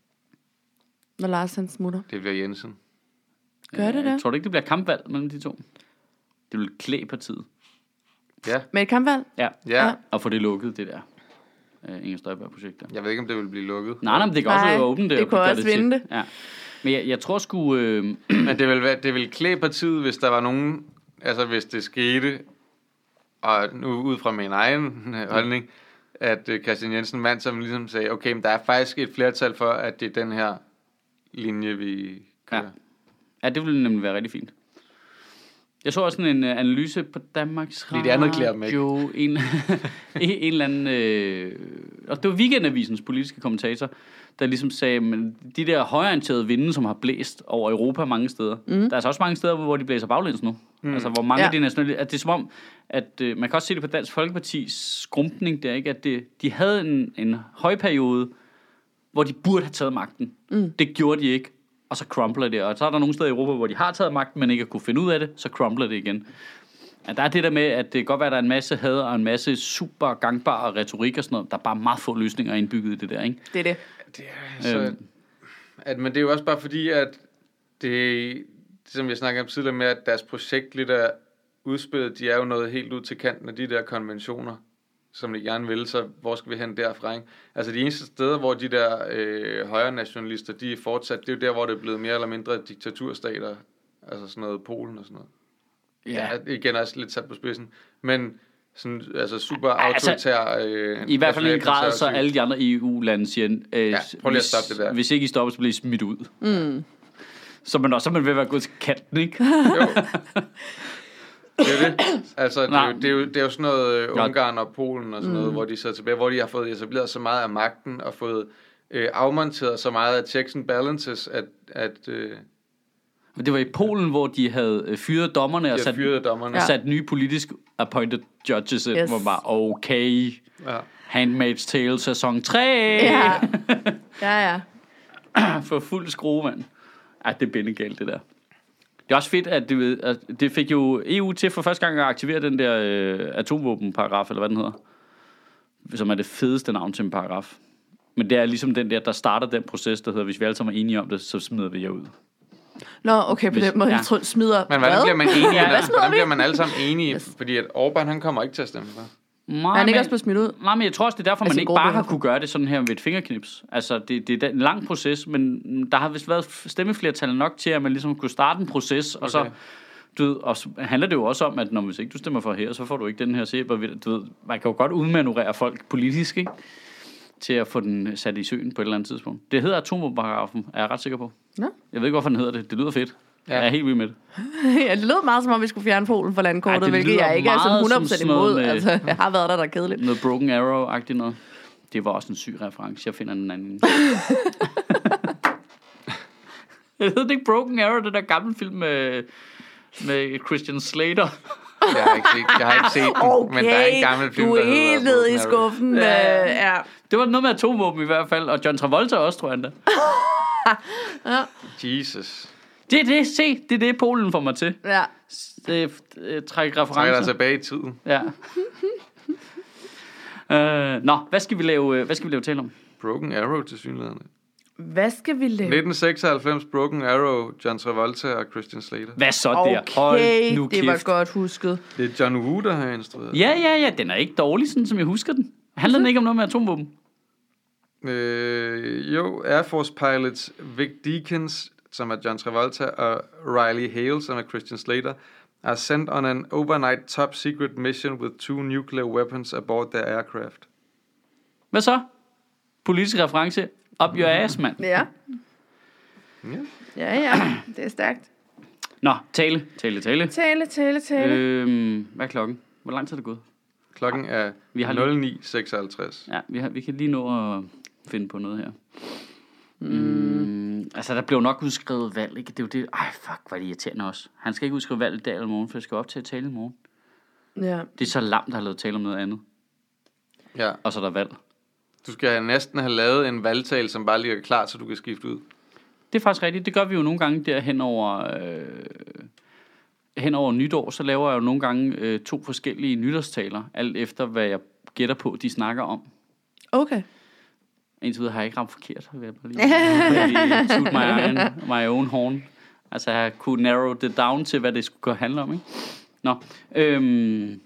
Når Lars han smutter. Det bliver Jensen. Gør det det? Jeg tror du ikke, det bliver kampvalg mellem de to? Det vil klæde partiet. Ja. Med et kampvalg? Ja. Ja. Og få det lukket, det der uh, Inger Støjberg-projekt. Jeg ved ikke, om det vil blive lukket. Nej, nej, men det kan også være åbent. Det, det kunne også vinde det. Ja. Men jeg, jeg tror sgu... Øh... men det vil, være, det vil klæde partiet, hvis der var nogen... Altså, hvis det skete... Og nu ud fra min egen holdning... at Christian Jensen mand, som ligesom sagde, okay, men der er faktisk et flertal for, at det er den her linje, vi kører. Ja, ja det ville nemlig være rigtig fint. Jeg så også sådan en analyse på Danmarks Radio. Det andet klæder dem ikke. En, en eller anden... Øh, og det var Weekendavisens politiske kommentator, der ligesom sagde, men de der højreorienterede vinde, som har blæst over Europa mange steder, mm. der er altså også mange steder, hvor de blæser baglæns nu. Mm. Altså, hvor mange ja. af de nationale... At det er som om, at øh, man kan også se det på Dansk Folkepartis skrumpning der, ikke? At det, de havde en, en højperiode, hvor de burde have taget magten. Mm. Det gjorde de ikke, og så crumpler det. Og så er der nogle steder i Europa, hvor de har taget magten, men ikke har kunne finde ud af det, så crumpler det igen. Ja, der er det der med, at det kan godt være, at der er en masse had og en masse super gangbare retorik og sådan noget. Der er bare meget få løsninger indbygget i det der, ikke? Det er det. Det er så... Øhm. At, men det er jo også bare fordi, at det, som jeg snakkede om tidligere med, at deres projekt lidt er udspillet, de er jo noget helt ud til kanten af de der konventioner, som de gerne vil, så hvor skal vi hen derfra, ikke? Altså de eneste steder, hvor de der øh, højre nationalister, de er fortsat, det er jo der, hvor det er blevet mere eller mindre diktaturstater, altså sådan noget Polen og sådan noget. Ja. Ja, igen også lidt sat på spidsen, men sådan, altså super autoritær... Altså, øh, I hvert fald i en grad, så alle de andre E U-lande siger, øh, ja, prøv lige at stoppe det der. Hvis ikke I stopper, så bliver I smidt ud. Mm. Så man også, så man vil være gået til kanten, ikke? Jo. Det er det. Altså, det er, jo, det, er jo, det er jo sådan noget uh, Ungarn og Polen og sådan noget, mm. hvor de så tilbage, hvor de har fået etableret så meget af magten og fået øh, afmonteret så meget af checks and balances, at... at øh, det var i Polen, hvor de havde fyret dommerne, og sat, dommerne. og sat nye politisk appointed judges ind, yes. hvor bare, okay, ja. Handmaid's Tale sæson tre. Ja, ja, ja. For fuld skrue, mand. Ej, det er bindegalt, det der. Det er også fedt, at det, at det fik jo E U til for første gang at aktivere den der øh, atomvåbenparagraf, eller hvad den hedder. Som er det fedeste navn til en paragraf. Men det er ligesom den der, der starter den proces, der hedder, hvis vi alle sammen er enige om det, så smider vi jer ud. Nå, okay, på hvis, den måde, ja. Jeg tror, smider... Men hvordan bliver man enige? Ja, hvordan bliver man alle sammen enige? Yes. Fordi at Orbán, han kommer ikke til at stemme for. Nej, han er ikke også blevet smidt ud? Nej, men jeg tror også, det er derfor, man ikke bare har kunne gøre det sådan her ved et fingerknips. Altså, det, det er en lang proces, men der har vist været stemmeflertal nok til, at man ligesom kunne starte en proces, og okay. så... Du ved, og så handler det jo også om, at når hvis ikke du stemmer for her, så får du ikke den her sæbe. Du ved, man kan jo godt udmanøvrere folk politisk, ikke? Til at få den sat i søen på et eller andet tidspunkt. Det hedder atomvåbenparagrafen, er jeg ret sikker på. Ja. Jeg ved ikke, hvorfor den hedder det. Det lyder fedt. Ja. Jeg er helt vild med det. Ja, det lød meget som om, vi skulle fjerne Polen fra landkortet, Ej, hvilket jeg ikke er sådan hundrede procent imod. Med, altså, jeg har været der, der er kedeligt. Noget Broken Arrow-agtigt noget. Det var også en syg reference. Jeg finder en anden. Jeg ved ikke, Broken Arrow, det der gamle film med, med Christian Slater. Jeg har ikke set, jeg har ikke set den, okay, men der er en gammel film, du er helt nede i skuffen. Ja. Uh, ja. Det var noget med atomvåben i hvert fald, og John Travolta også, tror jeg endda. Ja. Jesus. Det er det, se, det er det, Polen får mig til. Ja. Det øh, trækker referencer. Trækker dig tilbage i tiden. Ja. uh, nå, hvad skal vi lave, hvad skal vi lave tale om? Broken Arrow til synligheden. Hvad skal vi lave? nitten seksoghalvfems, Broken Arrow, John Travolta og Christian Slater. Hvad så okay, der? Hold nu det var godt husket. Det er John Woo, der har instrueret. Ja, ja, ja, den er ikke dårlig, sådan som jeg husker den. Handler den ikke om noget med atomvåben? Øh, jo, Air Force pilots Vic Deakins, som er John Travolta, og Riley Hale, som er Christian Slater, are sent on an overnight top secret mission with two nuclear weapons aboard their aircraft. Hvad så? Politisk reference. Up your ass, mand. Ja. Ja, ja, det er stærkt. Nå, tale, tale, tale. Tale, tale, tale. Øhm, hvad er klokken? Hvor lang tid er det gået? Klokken er vi har nul ni seksoghalvtreds. Ja, vi, har, vi kan lige nå at finde på noget her. Mm. Mm, altså, der blev nok udskrevet valg, ikke? Det er jo det. Ej, fuck, hvor er det irriterende også. Han skal ikke udskrive valg i dag eller morgen, for jeg skal op til at tale i morgen. Ja. Det er så lamt, der har lavet tale om noget andet. Ja. Og så er der valg. Du skal næsten have lavet en valgtale, som bare ligger klar, så du kan skifte ud. Det er faktisk rigtigt. Det gør vi jo nogle gange der hen over, øh, hen over nytår. Så laver jeg jo nogle gange øh, to forskellige nytårstaler, alt efter hvad jeg gætter på, de snakker om. Okay. Indtil videre har jeg ikke ramt forkert. Jeg vil bare lige toot my own, my own horn. Altså jeg kunne narrow det down til, hvad det skulle handle om, ikke? Nå. Øhm,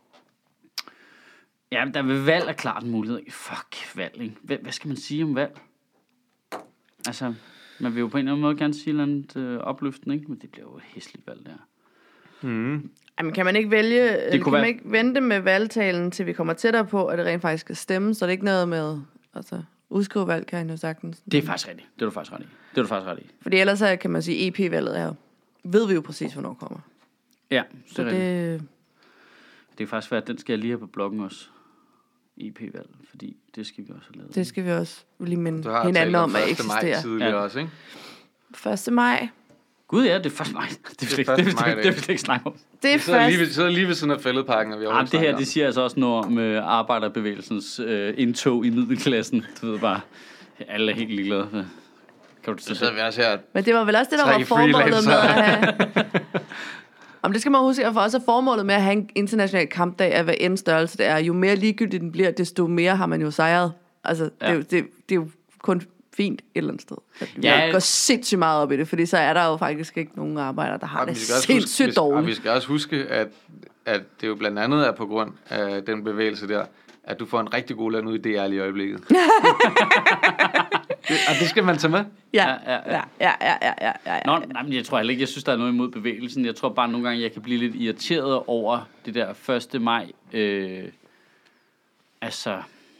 ja, der vil valg er klart en mulighed. Fuck, valg, ikke? Hvad, hvad skal man sige om valg? Altså, man vil jo på en eller anden måde gerne sige noget øh, opløftende, ikke? Men det bliver jo et hæsligt valg der. Mm. Jamen, kan man ikke vælge, det kan være... man ikke vente med valgtalen, til vi kommer tættere på, at det rent faktisk skal stemme, så det er ikke noget med, altså, udskrive valg, kan jeg jo sagtens. Det er faktisk rigtigt. Det er du faktisk ret i. Det er du faktisk ret i. Fordi ellers er, kan man sige, E P-valget er jo, ved vi jo præcis, hvornår kommer. Ja, det så er det... rigtigt. Det er faktisk svært, den skal jeg lige have på bloggen også. E P-valg, fordi det skal vi også have lavet. Det skal vi også lige minde du har hinanden om at eksistere. første maj tidligere ja. også, ikke? første maj. Gud ja, det er første maj. Det vil jeg ikke, det ikke snakke om. Det er sidder lige, ved, sidder lige ved siden af Fælledparken, og vi har ja, det her, det siger altså også noget om øh, arbejderbevægelsens øh, indtog i middelklassen. Du ved bare, alle er helt ligeglade. Kan du så sidder vi også her. Men det var vel også det, der var formålet med at have... Om det skal man huske, at for os er formålet med at have en international kampdag af hvad end størrelse det er. Jo mere ligegyldigt den bliver, desto mere har man jo sejret. Altså, ja. det, er jo, det, det er jo kun fint et eller andet sted. At vi ja. går sindssygt meget op i det, fordi så er der jo faktisk ikke nogen arbejdere, der har ja, det sindssygt huske, dårligt. Og vi skal også huske, at, at det jo blandt andet er på grund af den bevægelse der, at du får en rigtig god løn ud i D R lige i øjeblikket. det, og det skal man tage med. Ja, ja, ja, ja, ja, ja, ja, ja. Nå, nej, men jeg tror heller ikke, jeg synes, der er noget imod bevægelsen. Jeg tror bare nogle gange, jeg kan blive lidt irriteret over det der første maj. Øh, altså,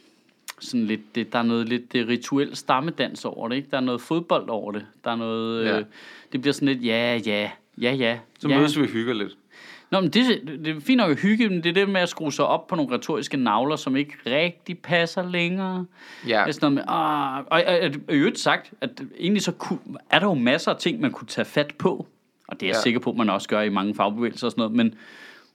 sådan lidt, det, der er noget lidt det rituel stammedans over det, ikke? Der er noget fodbold over det. Der er noget, ja. øh, det bliver sådan lidt, ja, ja, ja, ja. Så ja. mødes vi og hygger lidt. Nå, men det, det er fint nok at hygge, men det er det med at skrue sig op på nogle retoriske navler, som ikke rigtig passer længere. Ja. Det er sådan noget med, ah, og, og, og, og øvrigt sagt, at egentlig så kunne, er der jo masser af ting, man kunne tage fat på, og det er jeg ja. sikker på, at man også gør i mange fagbevægelser og sådan noget, men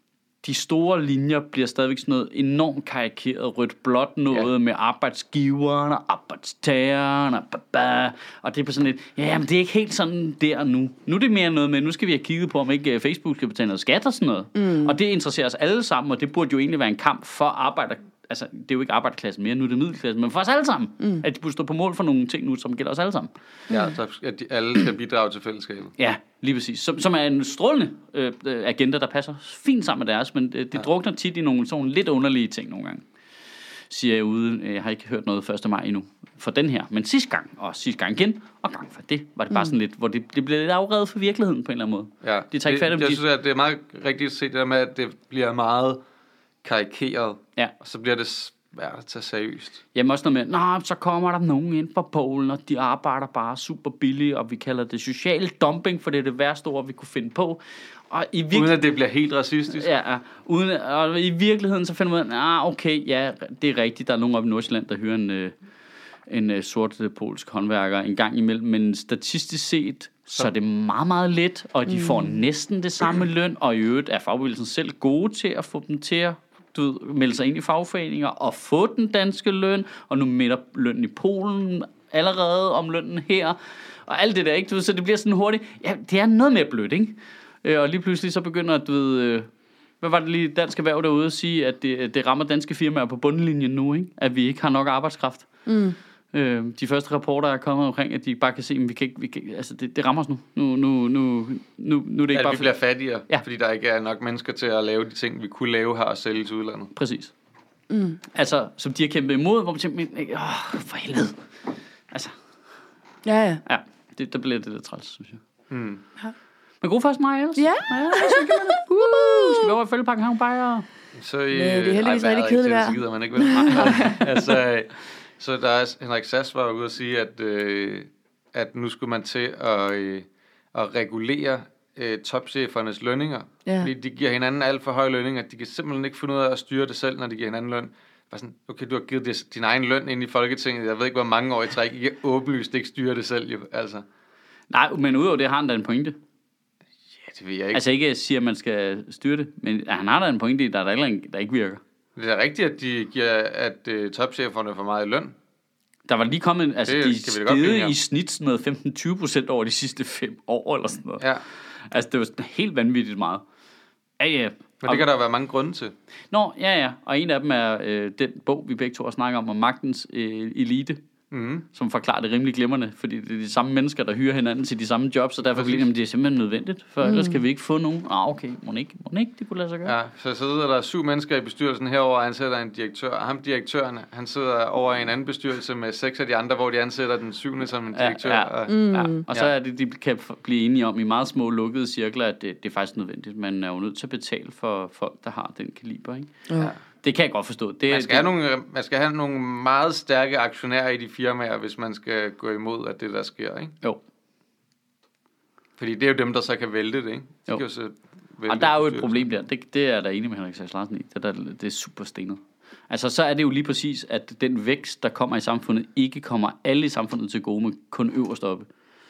de store linjer bliver stadigvæk sådan noget enormt karikeret, rødt-blåt noget ja. med arbejdsgiveren og arbejdstageren og baba, og det er på sådan lidt, ja, men det er ikke helt sådan der nu. Nu er det mere noget med, nu skal vi have kigget på, om ikke Facebook skal betale noget skat og sådan noget. Mm. Og det interesserer os alle sammen, og det burde jo egentlig være en kamp for arbejder. Altså, det er jo ikke arbejderklassen mere, nu er det middelklassen, men for os alle sammen. Mm. At de burde stå på mål for nogle ting nu, som gælder os alle sammen. Ja, så at de alle skal bidrage til fællesskabet. Ja, lige præcis. Som, som er en strålende øh, agenda, der passer fint sammen med deres, men det, det ja. drukner tit i nogle sådan lidt underlige ting nogle gange. Siger jeg ude, jeg har ikke hørt noget første maj endnu for den her, men sidste gang, og sidste gang igen, og gang for det, var det bare mm. sådan lidt, hvor det, det blev lidt afredet for virkeligheden på en eller anden måde. Ja, de tager ikke fat om jeg de... synes, at det er meget rigtigt at se det der med, at det bliver meget karikeret, ja. og så bliver det svært at tage seriøst. Jamen også noget med, nå, så kommer der nogen ind fra Polen, og de arbejder bare super billigt, og vi kalder det social dumping, for det er det værste ord, vi kunne finde på. Og i virke... Uden at det bliver helt racistisk. Ja, ja. Uden, og i virkeligheden så finder man, ah, okay, ja, det er rigtigt, der er nogen oppe i Nordsjælland, der hører en, øh, en øh, sort øh, polsk håndværker en gang imellem, men statistisk set, så, så er det meget, meget let, og de mm. får næsten det samme løn, og i øvrigt er fagbevægelsen selv gode til at få dem til at du ved, melde sig ind i fagforeninger og få den danske løn, og nu midter lønnen i Polen allerede om lønnen her, og alt det der, ikke? Du ved, så det bliver sådan hurtigt, ja, det er noget mere blødt, ikke? Øh, og lige pludselig så begynder, du ved, øh, hvad var det lige Dansk Erhverv derude at sige, at det, det rammer danske firmaer på bundlinjen nu, ikke? At vi ikke har nok arbejdskraft. Mm. Øh, de første rapporter er kommet omkring, at de bare kan se, at vi kan ikke, vi kan, altså det, det rammer os nu. Nu, nu, nu, nu, nu er det ikke at bare... vi bliver fattigere, ja. fordi der ikke er nok mennesker til at lave de ting, vi kunne lave her og sælge til udlandet. Præcis. Mm. Altså, som de har kæmpet imod, hvor man tænker, åh, for helvede. Altså. Ja, ja. Ja, det, der bliver det lidt træls, synes jeg. Mm. Ja. Men god første maj ellers. Ja. Ja, så kan man uh, skal vi over i Fælledparken her bare? Så i, ja, det er heldigvis rigtig kedeligt vejr. Så gider man ikke vel. altså, så der er, Henrik Sass var ude at sige, at, øh, at nu skulle man til at, øh, at regulere øh, topchefernes lønninger. Ja. Fordi de giver hinanden alt for høje lønninger. De kan simpelthen ikke finde ud af at styre det selv, når de giver hinanden løn. Bare sådan, okay, du har givet din egen løn ind i Folketinget. Jeg ved ikke, hvor mange år i træk. I kan åbenlyst ikke styre det selv, jo. Altså. Nej, men udover det har han da en pointe. Ja, det ved jeg ikke. Altså ikke at sige, at man skal styre det, men han har da en pointe i, der er der, en, der ikke virker. Det er rigtigt, at de giver, at uh, topcheferne får meget i løn. Der var lige kommet, altså det de stede i snit sådan noget femten til tyve procent over de sidste fem år, eller sådan noget. Ja. Altså det var helt vanvittigt meget. Ja, ja. Men det kan der være mange grunde til. Nå, ja, ja. Og en af dem er øh, den bog, vi begge to har snakket om, om magtens øh, elite. Mm. Som forklarer det rimelig glimrende, fordi det er de samme mennesker, der hyrer hinanden til de samme jobs, og derfor bliver det, det er simpelthen nødvendigt, for mm. ellers kan vi ikke få nogen. Ah, okay, må ikke, må ikke, det kunne lade sig gøre. Ja, så sidder der syv mennesker i bestyrelsen herover, ansætter en direktør, og ham direktøren, han sidder over i en anden bestyrelse med seks af de andre, hvor de ansætter den syvende som en direktør. Ja, ja. Og, mm. ja. og så er det, de kan blive enige om i meget små lukkede cirkler, at det, det er faktisk nødvendigt. Man er jo nødt til at betale for folk, der har den kaliber, ikke? Ja. Det kan jeg godt forstå. Det, man, skal det, have nogle, man skal have nogle meget stærke aktionærer i de firmaer, hvis man skal gå imod, at det der sker, ikke? Jo. Fordi det er jo dem, der så kan vælte det, ikke? De jo. kan jo så og der er jo et problem der. Det, det er der enig med Henrik Sass Larsen i. Det, der, det er super stenet. Altså, så er det jo lige præcis, at den vækst, der kommer i samfundet, ikke kommer alle i samfundet til gode, men kun øverst oppe.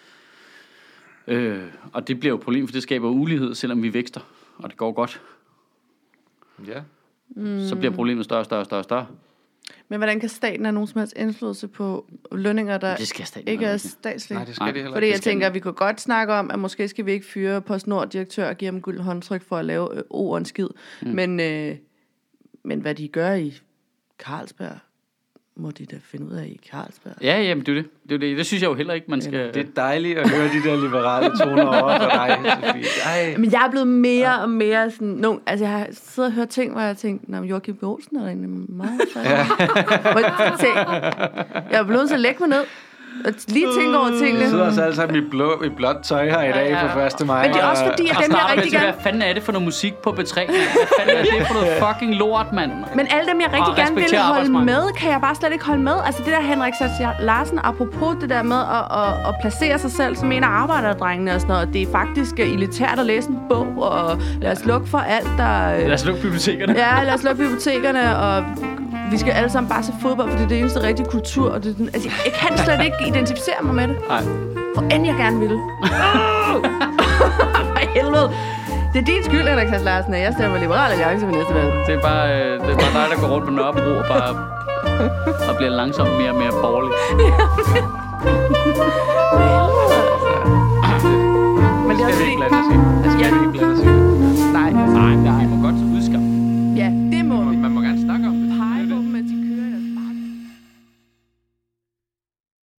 Øh, og det bliver jo et problem, for det skaber ulighed, selvom vi vækster, og det går godt. Ja. Mm. Så bliver problemet større, større, større, større. Men hvordan kan staten have nogen som helst indflydelse på lønninger, der ikke er statslige? Nej, det skal de heller. Fordi jeg tænker, at vi kunne godt snakke om, at måske skal vi ikke fyre PostNord-direktør og give ham gylden håndtryk for at lave øh, ord en skid. Mm. Men, øh, men hvad de gør i Carlsberg, må de da finde ud af i Carlsberg. Ja, jamen det er det. Det, er det. Det synes jeg jo heller ikke, man skal... Det er dejligt at høre de der liberale toner over for dig, Sofie. Men jeg er blevet mere ja. og mere sådan... No, altså, jeg har siddet og hørt ting, hvor jeg tænkte, nå, Joachim B. Olsen er egentlig meget sejt. Ja. Jeg er blevet nødt til at lægge mig ned og lige tænke over tingene. Vi sidder os alle sammen i, blå, i blåt tøj her i dag ja, ja. på første maj. Men det er også fordi, at dem jeg rigtig gerne... Hvad fanden er det for noget musik på B tre? Hvad fanden er det for noget fucking lort, mand? Men alle dem, jeg rigtig gerne vil holde med, kan jeg bare slet ikke holde med. Altså det der Henrik Sass Larsen, apropos det der med at, at, at placere sig selv som en af arbejderdrengene og sådan noget. Det er faktisk elitært at læse en bog, og lad os lukke for alt, der... Lad os lukke bibliotekerne. Ja, lad os lukke bibliotekerne, og... Vi skal alle sammen bare se fodbold, for det er det eneste rigtige kultur. Og det, altså, jeg kan slet ikke identificere mig med det. Nej. For end jeg gerne vil. For helvede. Det er din skyld, Henrik Sass Larsen, at jeg stemmer Liberal Alliance ved næste valg. Det er bare, øh, det er bare dig, der går rundt på Nørrebro og bare og bliver langsomt mere og mere borgerlig. Men det er også fordi... Det skal vi ikke blande os i. Det skal vi ikke blande